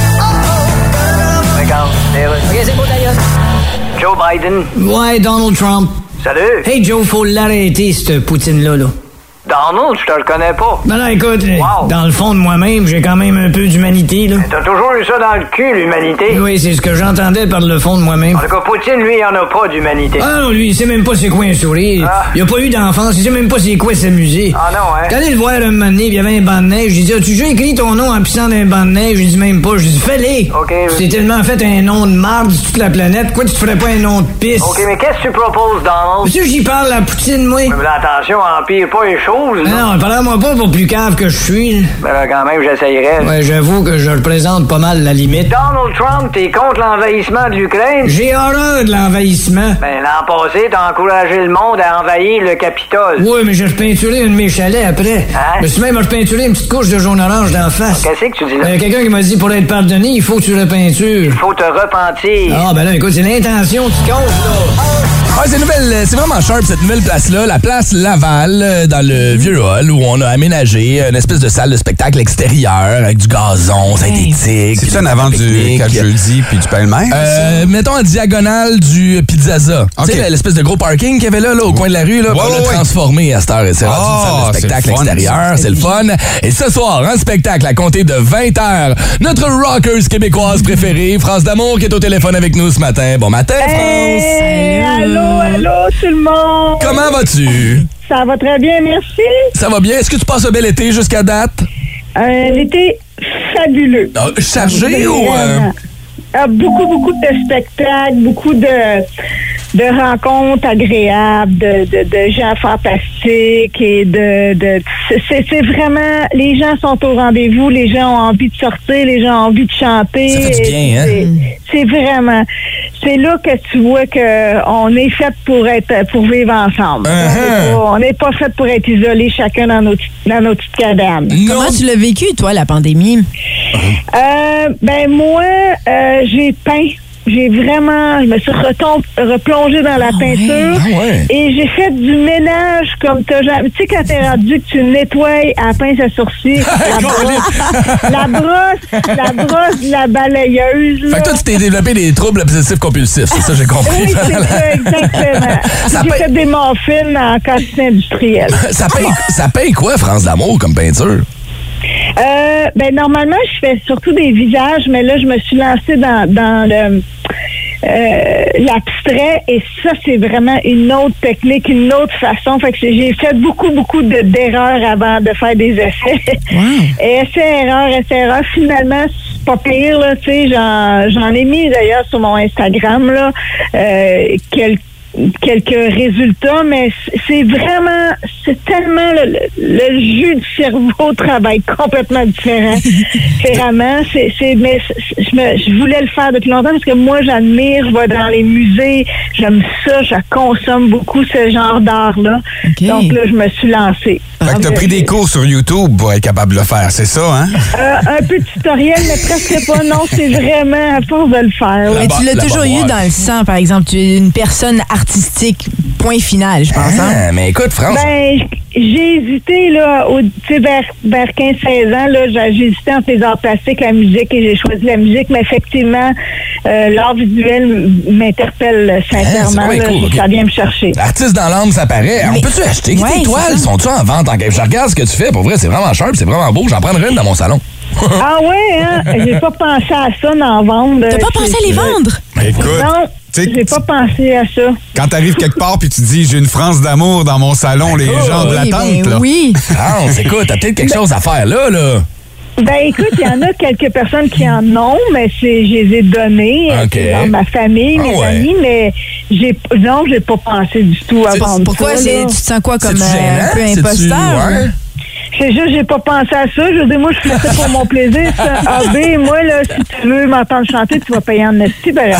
Regarde, OK, c'est beau d'ailleurs. Joe Biden. Ouais, Donald Trump. Salut. Hey Joe, faut l'arrêter, cette poutine-là, là. Donald, je te reconnais pas. Ben là, écoute, Wow. dans le fond de moi-même, j'ai quand même un peu d'humanité, là. T'as toujours eu ça dans le cul, l'humanité. Oui, c'est ce que j'entendais par le fond de moi-même. En tout cas, Poutine, lui, il en a pas d'humanité. Ah non, lui, il sait même pas c'est quoi un sourire. Ah. Il a pas eu d'enfance, il sait même pas c'est quoi s'amuser. Ah non, hein? Quand allé le voir un moment donné, puis il y avait un banc de neige, j'ai dit, as-tu déjà écrit ton nom en pissant d'un banc de neige? J'ai dit même pas, j'ai dit, fais-les. OK. C'est tellement fait un nom de marde sur toute la planète, pourquoi tu te ferais pas un nom de pisse? OK, mais qu'est-ce que tu proposes, Donald? Monsieur, j'y parle à Poutine, moi. Mais là, attention, empire pas les choses, là. Non, parle-moi pas pour plus cave que je suis, là. Ben là, quand même, j'essayerais. Ouais, j'avoue que je représente pas mal la limite. Donald Trump, t'es contre l'envahissement de l'Ukraine? J'ai horreur de l'envahissement. Ben, l'an passé, t'as encouragé le monde à envahir le Capitole. Oui, mais j'ai repeinturé un de mes chalets après. Hein? Je me suis même repeinturé une petite couche de jaune-orange d'en face. Qu'est-ce que tu dis là? Euh, Quelqu'un qui m'a dit, pour être pardonné, il faut que tu repeintures. Faut te repentir. Ah, ben là, écoute, c'est l'intention qui compte, là. Ouais, c'est nouvelle, c'est vraiment sharp cette nouvelle place-là, la place Laval, euh, dans le vieux hall, où on a aménagé une espèce de salle de spectacle extérieur avec du gazon synthétique. C'est ça en avant du pique-nique. quatre jeudi puis du Palmer? Euh, mettons en diagonale du Pizzaza. Ok. Tu sais, l'espèce de gros parking qu'il y avait là, là au coin de la rue, là, Ouais, on l'a ouais, ouais. transformé à cette heure. C'est rendu une salle Ah, de c'est spectacle le fun, extérieur, ça. c'est le fun. Et ce soir, en spectacle, à compter de vingt heures, notre rockeuse québécoise préférée, France D'Amour, qui est au téléphone avec nous ce matin. Bon matin, France! Hey, allô, allô, tout le monde! Comment vas-tu? Ça va très bien, merci. Ça va bien? Est-ce que tu passes un bel été jusqu'à date? Un été fabuleux. Ah, chargé ou... Euh... Ah, beaucoup, beaucoup de spectacles, beaucoup de, de rencontres agréables, de, de, de gens fantastiques et de... de c'est, c'est vraiment... Les gens sont au rendez-vous, les gens ont envie de sortir, les gens ont envie de chanter. Ça fait du bien, hein? C'est, c'est vraiment... C'est là que tu vois qu'on est fait pour être pour vivre ensemble. Uh-huh. On n'est pas, pas fait pour être isolés chacun dans nos, dans nos petites cabanes. Comment tu l'as vécu, toi, la pandémie? Euh, ben moi, euh, j'ai peint. J'ai vraiment, je me suis retombe, replongée dans la oh peinture ouais. Oh ouais. et j'ai fait du ménage comme t'as jamais. Tu sais, quand t'es rendu que tu nettoies à la pince à sourcils, la brosse, la brosse, la brosse de la balayeuse. Là. Fait que toi, tu t'es développé des troubles obsessifs compulsifs, c'est ça, j'ai compris. Oui, c'est ça, exactement. Ça j'ai paye... fait des muffins en quantité industrielle. ça, paye, ça paye quoi, France d'amour, comme peinture? Euh, ben normalement, je fais surtout des visages, mais là, je me suis lancée dans, dans le euh, l'abstrait et ça, c'est vraiment une autre technique, une autre façon. Fait que j'ai fait beaucoup, beaucoup de, d'erreurs avant de faire des essais. Wow. Et essais-erreurs, essais-erreurs. Finalement, c'est pas pire, là, tu sais, j'en, j'en ai mis d'ailleurs sur mon Instagram, là, euh, quelques quelques résultats, mais c'est vraiment, c'est tellement le, le, le jus du cerveau travaille complètement différent, différemment. C'est, c'est, mais c'est, je, me, je voulais le faire depuis longtemps parce que moi, j'admire, je vais dans les musées, j'aime ça, je consomme beaucoup ce genre d'art-là. Okay. Donc là, je me suis lancée. Fait que t'as pris des cours sur YouTube pour être capable de le faire, c'est ça, hein? Euh, un peu de tutoriel, mais presque pas. Non, c'est vraiment à force de le faire. Mais tu l'as la toujours eu dans le sang, par exemple. Tu es une personne artistique, point final, je pense. Ah, hein? Mais écoute, France... Ben, j'ai hésité, là, au, vers, vers quinze seize ans, là, j'ai hésité entre les arts plastiques, la musique, et j'ai choisi la musique, mais effectivement, euh, l'art visuel m'interpelle sincèrement. Ah, là, cool, okay. Ça vient me chercher. Artiste dans l'âme, ça paraît. Mais... On peut-tu acheter? Ouais, tes toiles sont-tu en vente? En... Je regarde ce que tu fais. Pour vrai, c'est vraiment sharp, c'est vraiment beau. J'en prendrai une dans mon salon. Ah ouais, hein? J'ai pas pensé à ça, d'en vendre. T'as pas pensé à les vendre? Mais écoute... Non. J'ai pas pensé à ça. Quand t'arrives quelque part puis tu dis j'ai une France d'amour dans mon salon, les oh, gens de l'attente, ben là. Oui. France, écoute, t'as peut-être quelque chose à faire là, là. Ben écoute, il y en a quelques personnes qui en ont, mais c'est, je les ai données okay. dans ma famille, mes oh, ouais. amis, mais j'ai non, j'ai pas pensé du tout à vendre pourquoi ça. Pourquoi tu te sens quoi comme euh, un peu imposteur? Ouais? C'est juste, j'ai pas pensé à ça. Je veux dire, moi, je fais ça pour mon plaisir. Ça. Ah, ben, moi, là, si tu veux m'entendre chanter, tu vas payer en esti. Ben,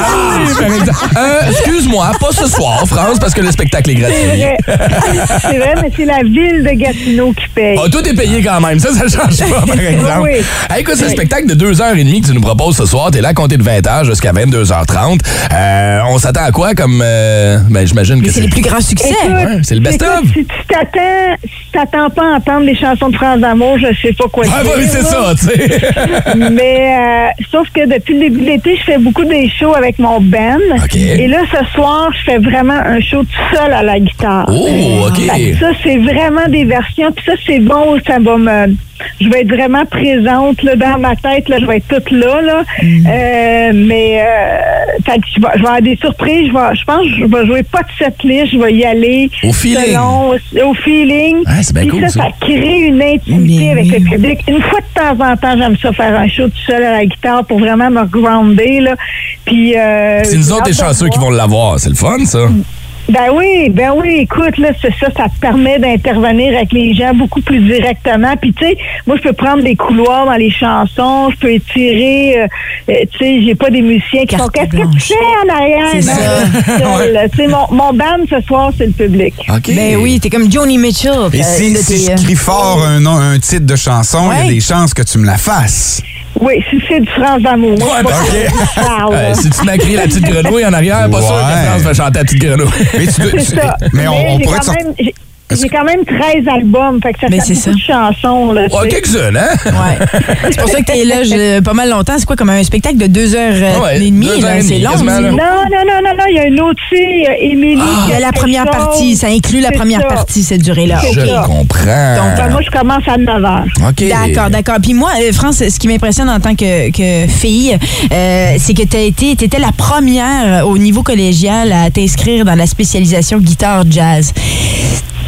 euh, excuse-moi, pas ce soir, France, parce que le spectacle est gratuit. C'est vrai. C'est vrai, mais c'est la ville de Gatineau qui paye. Ah, tout est payé quand même. Ça, ça change pas, par exemple. Oui. Hey, écoute, c'est un spectacle de deux heures trente que tu nous proposes ce soir. T'es là à compter de vingt heures jusqu'à vingt-deux heures trente. Euh, on s'attend à quoi comme... Euh, ben, j'imagine que mais c'est... c'est les plus grands succès. Écoute, ouais, c'est le best-of. Si tu t'attends, si t'attends pas à entendre des chansons de France d'amour, je sais pas quoi ah, dire. Oui, c'est ça, tu sais. Mais, euh, sauf que depuis le début de l'été, je fais beaucoup des shows avec mon band. Okay. Et là, ce soir, je fais vraiment un show tout seul à la guitare. Oh, OK. Fait que ça, c'est vraiment des versions. Puis ça, c'est bon, ça va me... Je vais être vraiment présente là, dans ma tête. Là, je vais être toute là. là. Mm. Euh, mais euh, fait que je, vais, je vais avoir des surprises. Je, vais, je pense que je vais jouer pas de setlist. Je vais y aller au feeling. Selon, au feeling. Ah, c'est bien cool, ça, ça. ça crée une intimité mm. avec le public. Une fois de temps en temps, j'aime ça faire un show tout seul à la guitare pour vraiment me grounder. Là. Puis, euh, c'est nous autres, les chanceux qui vont l'avoir. C'est le fun, ça. Ben oui, ben oui, écoute, là, c'est ça, ça te permet d'intervenir avec les gens beaucoup plus directement. Puis, tu sais, moi, je peux prendre des couloirs dans les chansons, je peux étirer, euh, tu sais, j'ai pas des musiciens qui font « Qu'est-ce que tu fais en arrière? » C'est ça. Ouais. Tu sais, mon, mon band, ce soir, c'est le public. Okay. Ben oui, t'es comme Joni Mitchell. Et si, si je crie fort un, un titre de chanson, il ouais. y a des chances que tu me la fasses. Oui, si c'est du France d'amour. Moi, ouais, ben, okay. euh, si tu m'as crié la petite grenouille en arrière, pas ouais. sûr que France va chanter la petite grenouille. Mais, tu, c'est tu, ça. mais on, mais on pourrait... Quand même, j'ai, j'ai quand même treize albums, fait que ça mais fait beaucoup ça. de chansons. Là, ouais, quelques-unes, hein? Ouais. C'est pour ça que t'es là je, pas mal longtemps. C'est quoi, comme un spectacle de deux heures ouais, et demie? Là, c'est long. Non, non, non, non, non, il y a une autre fille, Émilie. Ah, il y a la première chose. partie. Ça inclut la c'est première ça. partie, cette durée-là. Je ça. comprends. Donc, ben, moi, je commence à neuf heures. OK. D'accord, d'accord. Puis moi, France, ce qui m'impressionne en tant que, que fille, euh, c'est que t'as été, t'étais la première au niveau collégial à t'inscrire dans la spécialisation guitare jazz.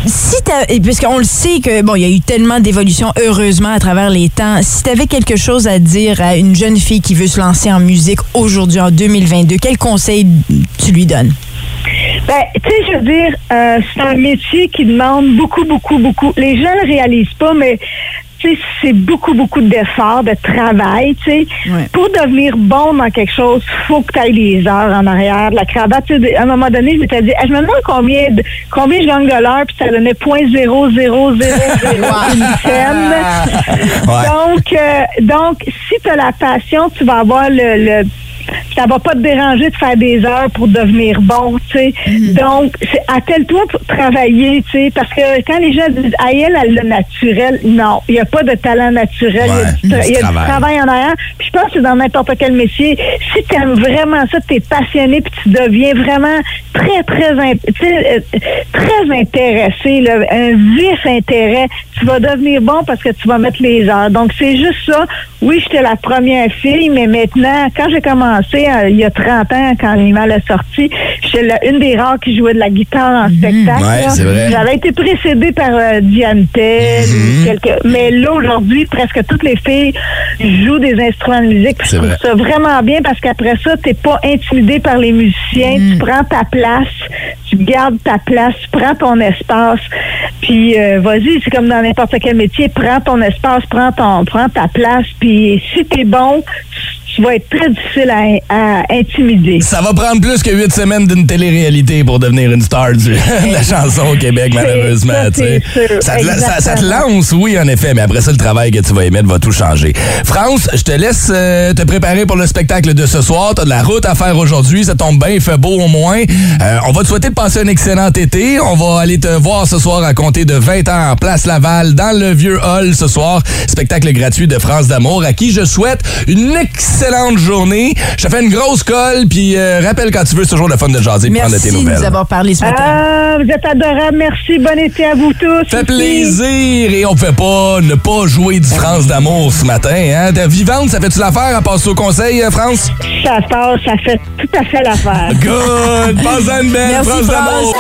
si t'as, et puisqu'on le sait que bon, il y a eu tellement d'évolutions heureusement à travers les temps. Si tu avais quelque chose à dire à une jeune fille qui veut se lancer en musique aujourd'hui en deux mille vingt-deux, quel conseil tu lui donnes? Ben, tu sais, je veux dire, euh, c'est un métier qui demande beaucoup, beaucoup, beaucoup. Les gens ne le réalisent pas, mais tu sais, c'est beaucoup, beaucoup d'efforts, de travail, tu sais. Ouais. Pour devenir bon dans quelque chose, il faut que tu ailles les heures en arrière de la cravate. Tu sais, à un moment donné, je m'étais dit, hey, je me demande combien, de, combien je gagne de l'heure, puis ça donnait point zéro zéro zéro zéro une scène. Ouais. Donc, euh, donc, si tu as la passion, tu vas avoir le... le ça va pas te déranger de faire des heures pour devenir bon, tu sais. Mm-hmm. Donc, c'est, attelle-toi pour travailler, tu sais, parce que quand les gens disent, ah, elle, elle, le naturel, non, il n'y a pas de talent naturel, il ouais, y a, du, tra- y a du travail en arrière. Puis je pense que c'est dans n'importe quel métier. Si tu aimes vraiment ça, tu es passionné, puis tu deviens vraiment très, très, in- tu sais, euh, très intéressé, là, un vif intérêt, tu vas devenir bon parce que tu vas mettre les heures. Donc, c'est juste ça. Oui, j'étais la première fille, mais maintenant, quand j'ai commencé, euh, il y a trente ans, quand l'animal est sorti, j'étais la, une des rares qui jouait de la guitare en mmh. spectacle. Ouais, c'est vrai. J'avais été précédée par euh, Diane Tell, mmh. quelques... mais là, aujourd'hui, presque toutes les filles jouent des instruments de musique. Puis je trouve ça vraiment bien parce qu'après ça, t'es pas intimidé par les musiciens. Mmh. Tu prends ta place, tu gardes ta place, tu prends ton espace. Puis, euh, vas-y, c'est comme dans n'importe quel métier, prends ton espace, prends, ton, prends ta place. Puis, si t'es bon, tu vas être très difficile à, à intimider. Ça va prendre plus que huit semaines d'une télé-réalité pour devenir une star du, de la chanson au Québec, malheureusement. Ça, ça, te, ça, ça te lance, oui, en effet, mais après ça, le travail que tu vas émettre va tout changer. France, je te laisse euh, te préparer pour le spectacle de ce soir. Tu as de la route à faire aujourd'hui. Ça tombe bien, il fait beau au moins. Euh, on va te souhaiter de passer un excellent été. On va aller te voir ce soir à compter de vingt ans en Place Laval, dans le Vieux Hall ce soir. Spectacle gratuit de France d'amour, à qui je souhaite une excellente journée. Je te fais une grosse colle, puis euh, rappelle quand tu veux, c'est toujours le fun de jaser et de prendre de tes nouvelles. Merci de nous avoir parlé ce matin. Ah, vous êtes adorables. Merci. Bon été à vous tous. Ça fait plaisir. Et on ne fait pas ne pas jouer du France d'amour ce matin. Hein? T'es vivante, ça fait-tu l'affaire à passer au conseil, France? Ça passe, ça fait tout à fait l'affaire. Good. Passe une belle Merci, France d'amour.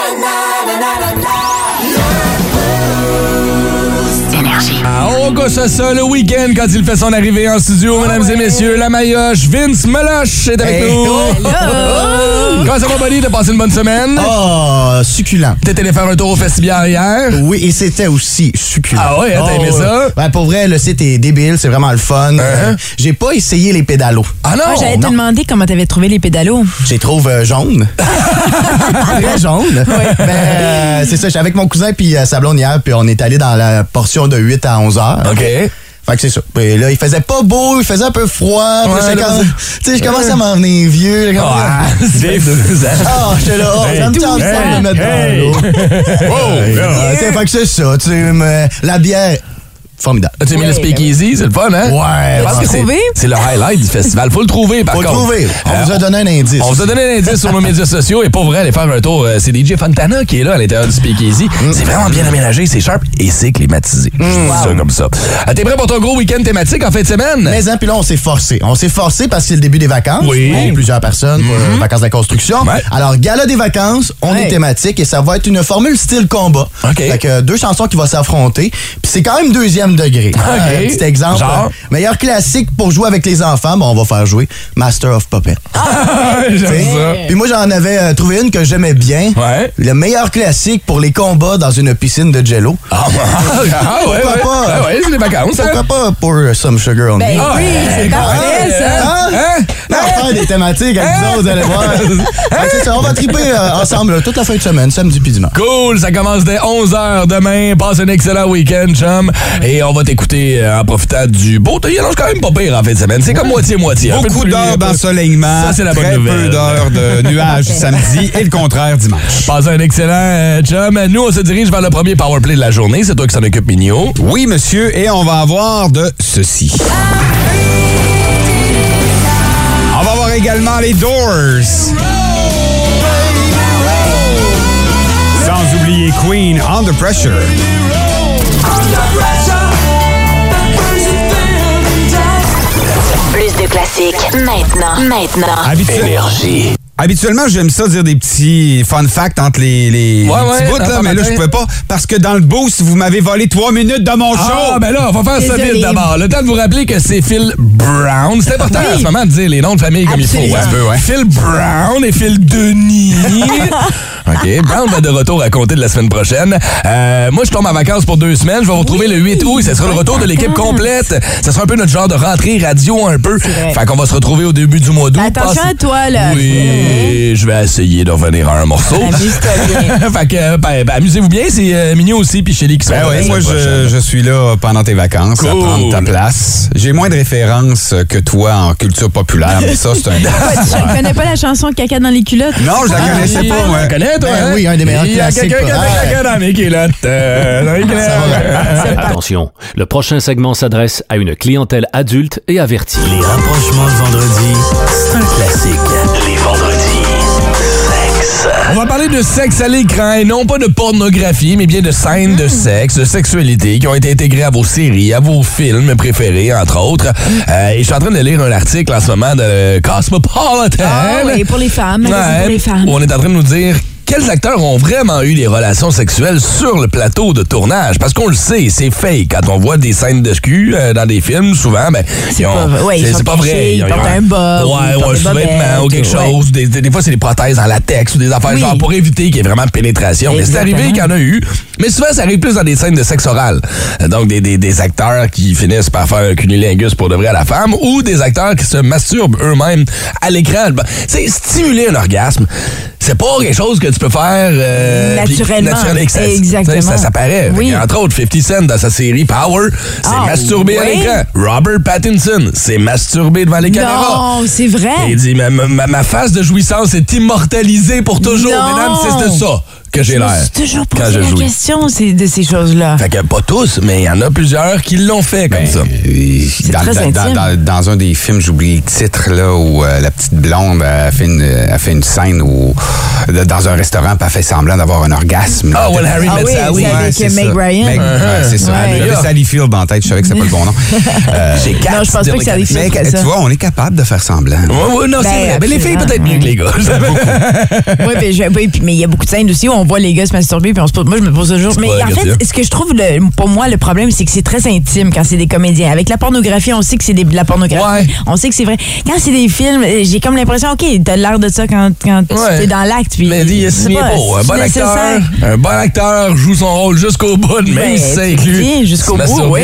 Ah, on gosse à ça le week-end quand il fait son arrivée en studio, oh mesdames ouais. et messieurs. La Mayoche, Vince Meloche est avec hey. nous. Hello. Comment ça va, buddy? T'as passé une bonne semaine? Oh, succulent. T'es allé faire un tour au festival hier? Oui, et c'était aussi succulent. Ah ouais, t'as oh, aimé ça? Ben, pour vrai, le site est débile, c'est vraiment le fun. Uh-huh. Euh, j'ai pas essayé les pédalos. Ah non? Ah, j'allais non. te demander comment t'avais trouvé les pédalos. Je les trouve euh, jaunes. Très jaunes. Oui. Ben, euh, c'est ça, j'étais avec mon cousin puis euh, sa blonde hier, puis on est allé dans la portion de huit à onze heures. OK. Fait que c'est ça. Et là, il faisait pas beau, il faisait un peu froid. Ouais, tu sais, je commençais à m'en venir vieux. Ah, c'est deux ans. Ah, j'étais là, oh, ça me tente de me mettre dans l'eau. Fait que c'est ça, tu sais, la bière... Formidable. As-tu aimé ouais, le Speakeasy? C'est le fun, hein? Ouais. Parce que c'est, c'est le highlight du festival. Faut le trouver, par Faut contre. Faut le trouver. On euh, vous a donné un indice. On vous a donné un indice sur nos médias sociaux. Et pour vrai, aller faire un tour. C'est D J Fontana qui est là à l'intérieur du Speakeasy. Mm. C'est vraiment bien aménagé, c'est sharp et c'est climatisé. Mm. C'est ça comme ça. Ah, t'es prêt pour ton gros week-end thématique en fin de semaine? Mais hein, puis là, on s'est forcé. On s'est forcé parce que c'est le début des vacances. Oui. Il y a plusieurs personnes pour mm-hmm. les vacances de la construction. Ouais. Alors, gala des vacances, on ouais. est thématique et ça va être une formule style combat. OK. Fait que deux chansons qui vont s'affronter. Puis c'est quand même deuxième degré. OK. Un petit exemple. Genre? Meilleur classique pour jouer avec les enfants, bon, on va faire jouer Master of Puppets. Ah, j'aime ça. Puis moi, j'en avais euh, trouvé une que j'aimais bien. Ouais. Le meilleur classique pour les combats dans une piscine de jello. Ah, ah ouais, pourquoi ouais. pas? Ah ouais, c'est les vacances. Pourquoi hein? pas pour uh, Some Sugar on ben Me? Ah, oui, c'est parfait, ça. Hein? Hein? On va faire des thématiques avec vous autres, vous allez voir. Ben, c'est ça, on va triper euh, ensemble là, toute la fin de semaine, samedi puis dimanche. Cool, ça commence dès onze heures demain. Passe un excellent week-end, chum. Et on va t'écouter euh, en profitant du beau. Il annonce quand même pas pire en fin de semaine. C'est comme moitié-moitié. Beaucoup d'heures d'ensoleillement. Ça, c'est la bonne très nouvelle. Peu d'heures de nuages samedi et le contraire dimanche. Passe un excellent euh, chum. Nous, on se dirige vers le premier powerplay de la journée. C'est toi qui s'en occupe, Mignot. Oui, monsieur. Et on va avoir de ceci. On va avoir également les Doors. Sans oublier Queen, Under Pressure. Plus de classiques maintenant, maintenant. Habituel. Énergie. Habituellement, j'aime ça dire des petits fun facts entre les, les, ouais, les ouais, petits bouts, là, mais là, je pouvais pas parce que dans le boost, vous m'avez volé trois minutes de mon show. Ah, ben là, on va faire ça vite d'abord. Le temps de vous rappeler que c'est Phil Brown. C'est important oui. en ce moment de dire les noms de famille comme Absolument. il faut. Ouais. Peu, ouais. Phil Brown et Phil Denis. OK. Brown va de retour à compter de la semaine prochaine. Euh, moi, je tombe en vacances pour deux semaines. Je vais vous retrouver oui. le huit août. Ce sera le retour de l'équipe complète. Ce sera un peu notre genre de rentrée radio un peu. Fait qu'on va se retrouver au début du mois d'août. Attention Passe... à toi, là. Oui, je vais essayer de revenir à un morceau. Fait que, ben, ben, amusez-vous bien. C'est euh, Mignon aussi, puis Shelly qui sont ben là. Oui, moi, je, je suis là pendant tes vacances cool. à prendre ta place. J'ai moins de références que toi en culture populaire, mais ça, c'est un... Tu connais pas la chanson Caca dans les culottes? Non, je la ah, connaissais oui. pas, moi. Tu connais, toi? Ben, hein? Oui, un des meilleurs Il y a classiques. quelqu'un qui a fait caca dans mes culottes. Euh, dans les culottes. Attention, le prochain segment s'adresse à une clientèle adulte et avertie. Les rapprochements de vendredi, c'est un classique. Les vendredis, sexe. On va parler de sexe à l'écran et non pas de pornographie, mais bien de scènes de sexe, de sexualité qui ont été intégrées à vos séries, à vos films préférés, entre autres. Euh, et je suis en train de lire un article en ce moment de Cosmopolitan. Ah oui, pour les femmes. Ouais, pour les femmes. Où on est en train de nous dire... Quels acteurs ont vraiment eu des relations sexuelles sur le plateau de tournage? Parce qu'on le sait, c'est fake. Quand on voit des scènes de cul euh, dans des films, souvent, ben, c'est ont, pas, ouais, c'est, c'est pas vrai. Ils portent un bob, ouais, ou un sous-vêtement ou quelque ouais. chose. Des, des, des fois, c'est des prothèses en latex ou des affaires oui. genre pour éviter qu'il y ait vraiment de pénétration. Mais c'est arrivé qu'il y en a eu. Mais souvent, ça arrive plus dans des scènes de sexe oral. Donc, des, des, des acteurs qui finissent par faire un cunilingus pour de vrai à la femme ou des acteurs qui se masturbent eux-mêmes à l'écran. C'est stimuler un orgasme. C'est pas quelque chose que tu peux faire euh, naturellement. naturellement ça, Exactement. Ça, ça paraît. Oui. Entre autres, fifty Cent dans sa série Power, c'est oh, masturbé oui. à l'écran. Robert Pattinson, c'est masturbé devant les non, caméras. Non, c'est vrai. Et il dit, ma, ma, ma face de jouissance est immortalisée pour toujours. Non. Mesdames, c'est de ça que j'ai l'air. Je me suis toujours posé la question c'est de ces choses-là. Fait que pas tous, mais il y en a plusieurs qui l'ont fait comme ben, ça. C'est dans, très dans, intime. Dans, dans, dans un des films, j'oublie le titre, là, où euh, la petite blonde a fait une, a fait une scène où, dans un restaurant, puis elle fait semblant d'avoir un orgasme. Ah, oh, When Harry ah, Met oui, Sally. C'est avec ouais, Meg Ryan. Meg, uh-huh. ouais, c'est ça. Ouais. J'avais Sally Field dans la tête, je savais que c'était pas le bon nom. Euh, J'ai quatre. Non, je pense pas que ça arrive. Mais tu vois, on est capable de faire semblant. Oui, oui, non, ben, c'est vrai. Mais les filles, peut-être mieux que les gars. Oui, mais il y a beaucoup de scènes aussi où on voit les gars se masturber. Puis on se pose, moi, je me pose toujours. Mais en fait, ce que je trouve, le, pour moi, le problème, c'est que c'est très intime quand c'est des comédiens. Avec la pornographie, on sait que c'est des, de la pornographie. Ouais. On sait que c'est vrai. Quand c'est des films, j'ai comme l'impression, OK, t'as l'air de ça quand, quand ouais. t'es dans l'acte. Puis, mais dis, c'est pas beau. Un bon acteur, un bon acteur joue son rôle jusqu'au bout, même ben, si ça inclut. Jusqu'au bout, oui.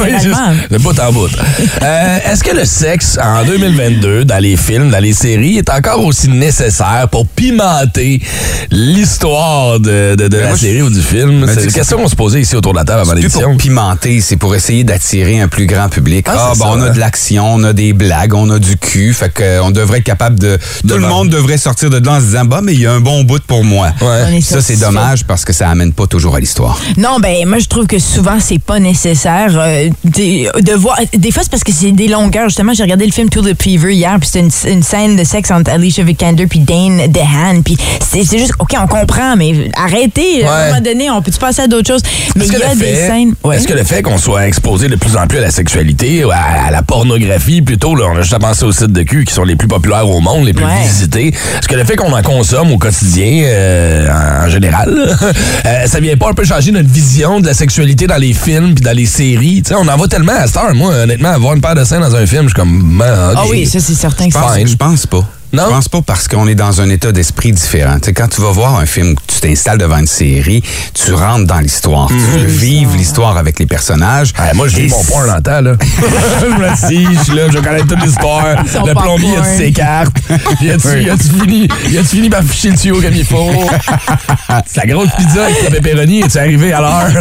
De bout en bout. euh, est-ce que le sexe, en deux mille vingt-deux, dans les films, dans les séries, est encore aussi nécessaire pour pimenter l'histoire de, de, de la série ou du film? C'est une question qu'on se posait ici autour de la table avant l'émission. C'est plus pour pimenter, c'est pour essayer d'attirer un plus grand public. Ah, ah bon, ça, on a de l'action, on a des blagues, on a du cul, fait qu'on devrait être capable de... Tout le monde devrait sortir de là en se disant, bah, mais il y a un bon bout pour moi. Ouais. Ça, c'est dommage parce que ça amène pas toujours à l'histoire. Non, ben moi, je trouve que souvent, c'est pas nécessaire euh, de, de voir... Des fois, c'est parce que c'est des longueurs. Justement, j'ai regardé le film To the Fever hier, puis c'était une, une scène de sexe entre Alicia Vikander puis Dane DeHaan, puis c'est, c'est juste, OK, on comprend, mais arrêtez, ouais. à un moment donné, on peut-tu passer à d'autres choses? Mais il y a des fait, scènes... Ouais. Est-ce que le fait qu'on soit exposé de plus en plus à la sexualité, à, à la pornographie, plutôt, là, on a juste pensé aux sites de cul qui sont les plus populaires au monde, les plus ouais. visités, est-ce que le fait qu'on en consomme au quotidien, euh, en général, euh, ça vient pas un peu changer notre vision de la sexualité dans les films puis dans les séries? T'sais, on en voit tellement à cette heure. Moi, honnêtement, avoir une paire de seins dans un film, je suis comme... Ah okay. oh oui, ça, c'est certain que c'est... Je pense pas. Non? Je pense pas parce qu'on est dans un état d'esprit différent. T'sais, quand tu vas voir un film, tu t'installes devant une série, tu rentres dans l'histoire, mmh. tu veux vivre l'histoire avec les personnages. Ah, moi, je vis mon point en temps, là. Je m'assis, je suis là, je connais toute l'histoire. Le plombier, a-tu ses cartes? Y a-tu, a-tu fini, y a-tu fini par ficher le tuyau comme il faut? C'est la grosse pizza avec le pepperoni, es-tu arrivé à l'heure?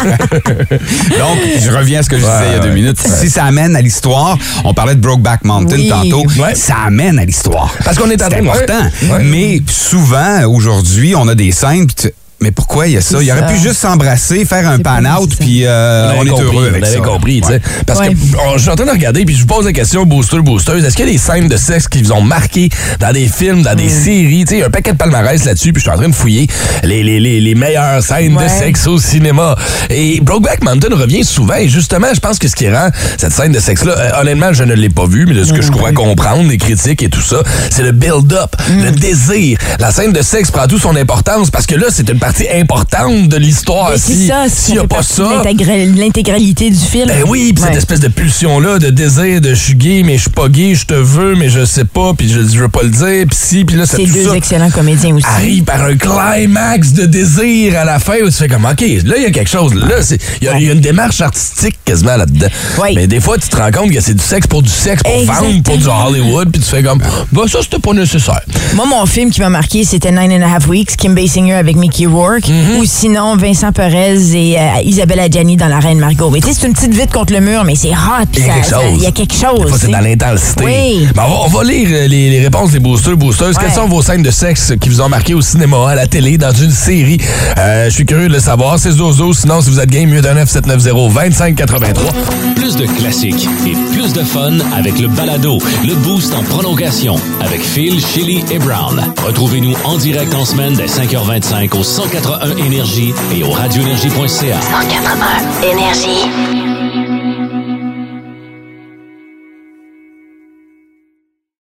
Donc, je reviens à ce que je disais ouais, il y a deux minutes. Ouais. Si ça amène à l'histoire, on parlait de Brokeback Mountain oui. tantôt, ouais. ça amène à l'histoire. Parce qu'on est en train de... C'est important. Ouais. Mais souvent, aujourd'hui, on a des scènes, pis mais pourquoi il y a ça? Il aurait pu juste s'embrasser, faire un pan-out, puis euh, on, on est compris, heureux avec on ça. avait compris, tu sais. Parce Ouais. que oh, je suis en train de regarder, puis je vous pose la question, booster, boosteuse, est-ce qu'il y a des scènes de sexe qui vous ont marqué dans des films, dans des Mm. séries? Tu sais, il y a un paquet de palmarès là-dessus, puis je suis en train de fouiller les, les, les, les meilleures scènes Ouais. de sexe au cinéma. Et Brokeback Mountain revient souvent, et justement, je pense que ce qui rend cette scène de sexe-là, euh, honnêtement, je ne l'ai pas vue, mais de ce que je crois comprendre, les critiques et tout ça, c'est le build-up, Mm. le désir. La scène de sexe prend toute son importance, parce que là, c'est une partie importante de l'histoire. Mais c'est Si- ça, S'il n'y a fait pas partie ça... de l'intégra- l'intégralité du film. Ben oui, pis Ouais. cette espèce de pulsion-là, de désir, de je suis gay, mais je suis pas gay, je te veux, mais je sais pas, puis je, je veux pas le dire, puis si, puis là, C'est tout deux ça excellents comédiens aussi. arrive par un climax de désir à la fin où tu fais comme, OK, là, il y a quelque chose. Là, c'est- il y, a- il y a une démarche artistique quasiment là-dedans. Oui. Mais des fois, tu te rends compte que c'est du sexe pour du sexe, pour vendre, pour du Hollywood, puis tu fais comme, bah, ça, c'était pas nécessaire. Moi, mon film qui m'a marqué, c'était Nine and a Half Weeks, Kim Basinger avec Mickey Rourke, Mm-hmm. ou sinon Vincent Perez et euh, Isabelle Adjani dans La Reine Margot. Mais tu sais, c'est une petite vite contre le mur, mais c'est hot. Il y a ça- quelque ça- chose. Il y a quelque chose. Des fois, c'est tu sais. dans l'intensité. Oui. Ben, on, va, on va lire euh, les, les réponses des boosters, boosters. Quelles Ouais. sont vos scènes de sexe qui vous ont marqué au cinéma, à la télé, dans une série? Euh, je suis curieux de le savoir. C'est Zozo. Sinon, si vous êtes game, mieux d'un neuf sept neuf zéro vingt-cinq quatre-vingt-trois. Plus de classiques et plus de fun avec le balado, le boost en prolongation avec Phil, Chili et Brown. Retrouvez-nous en direct en semaine dès cinq heures vingt-cinq au cent quatre-vingt-un Énergie et au radio énergie point c a. cent quatre-vingt-un Énergie.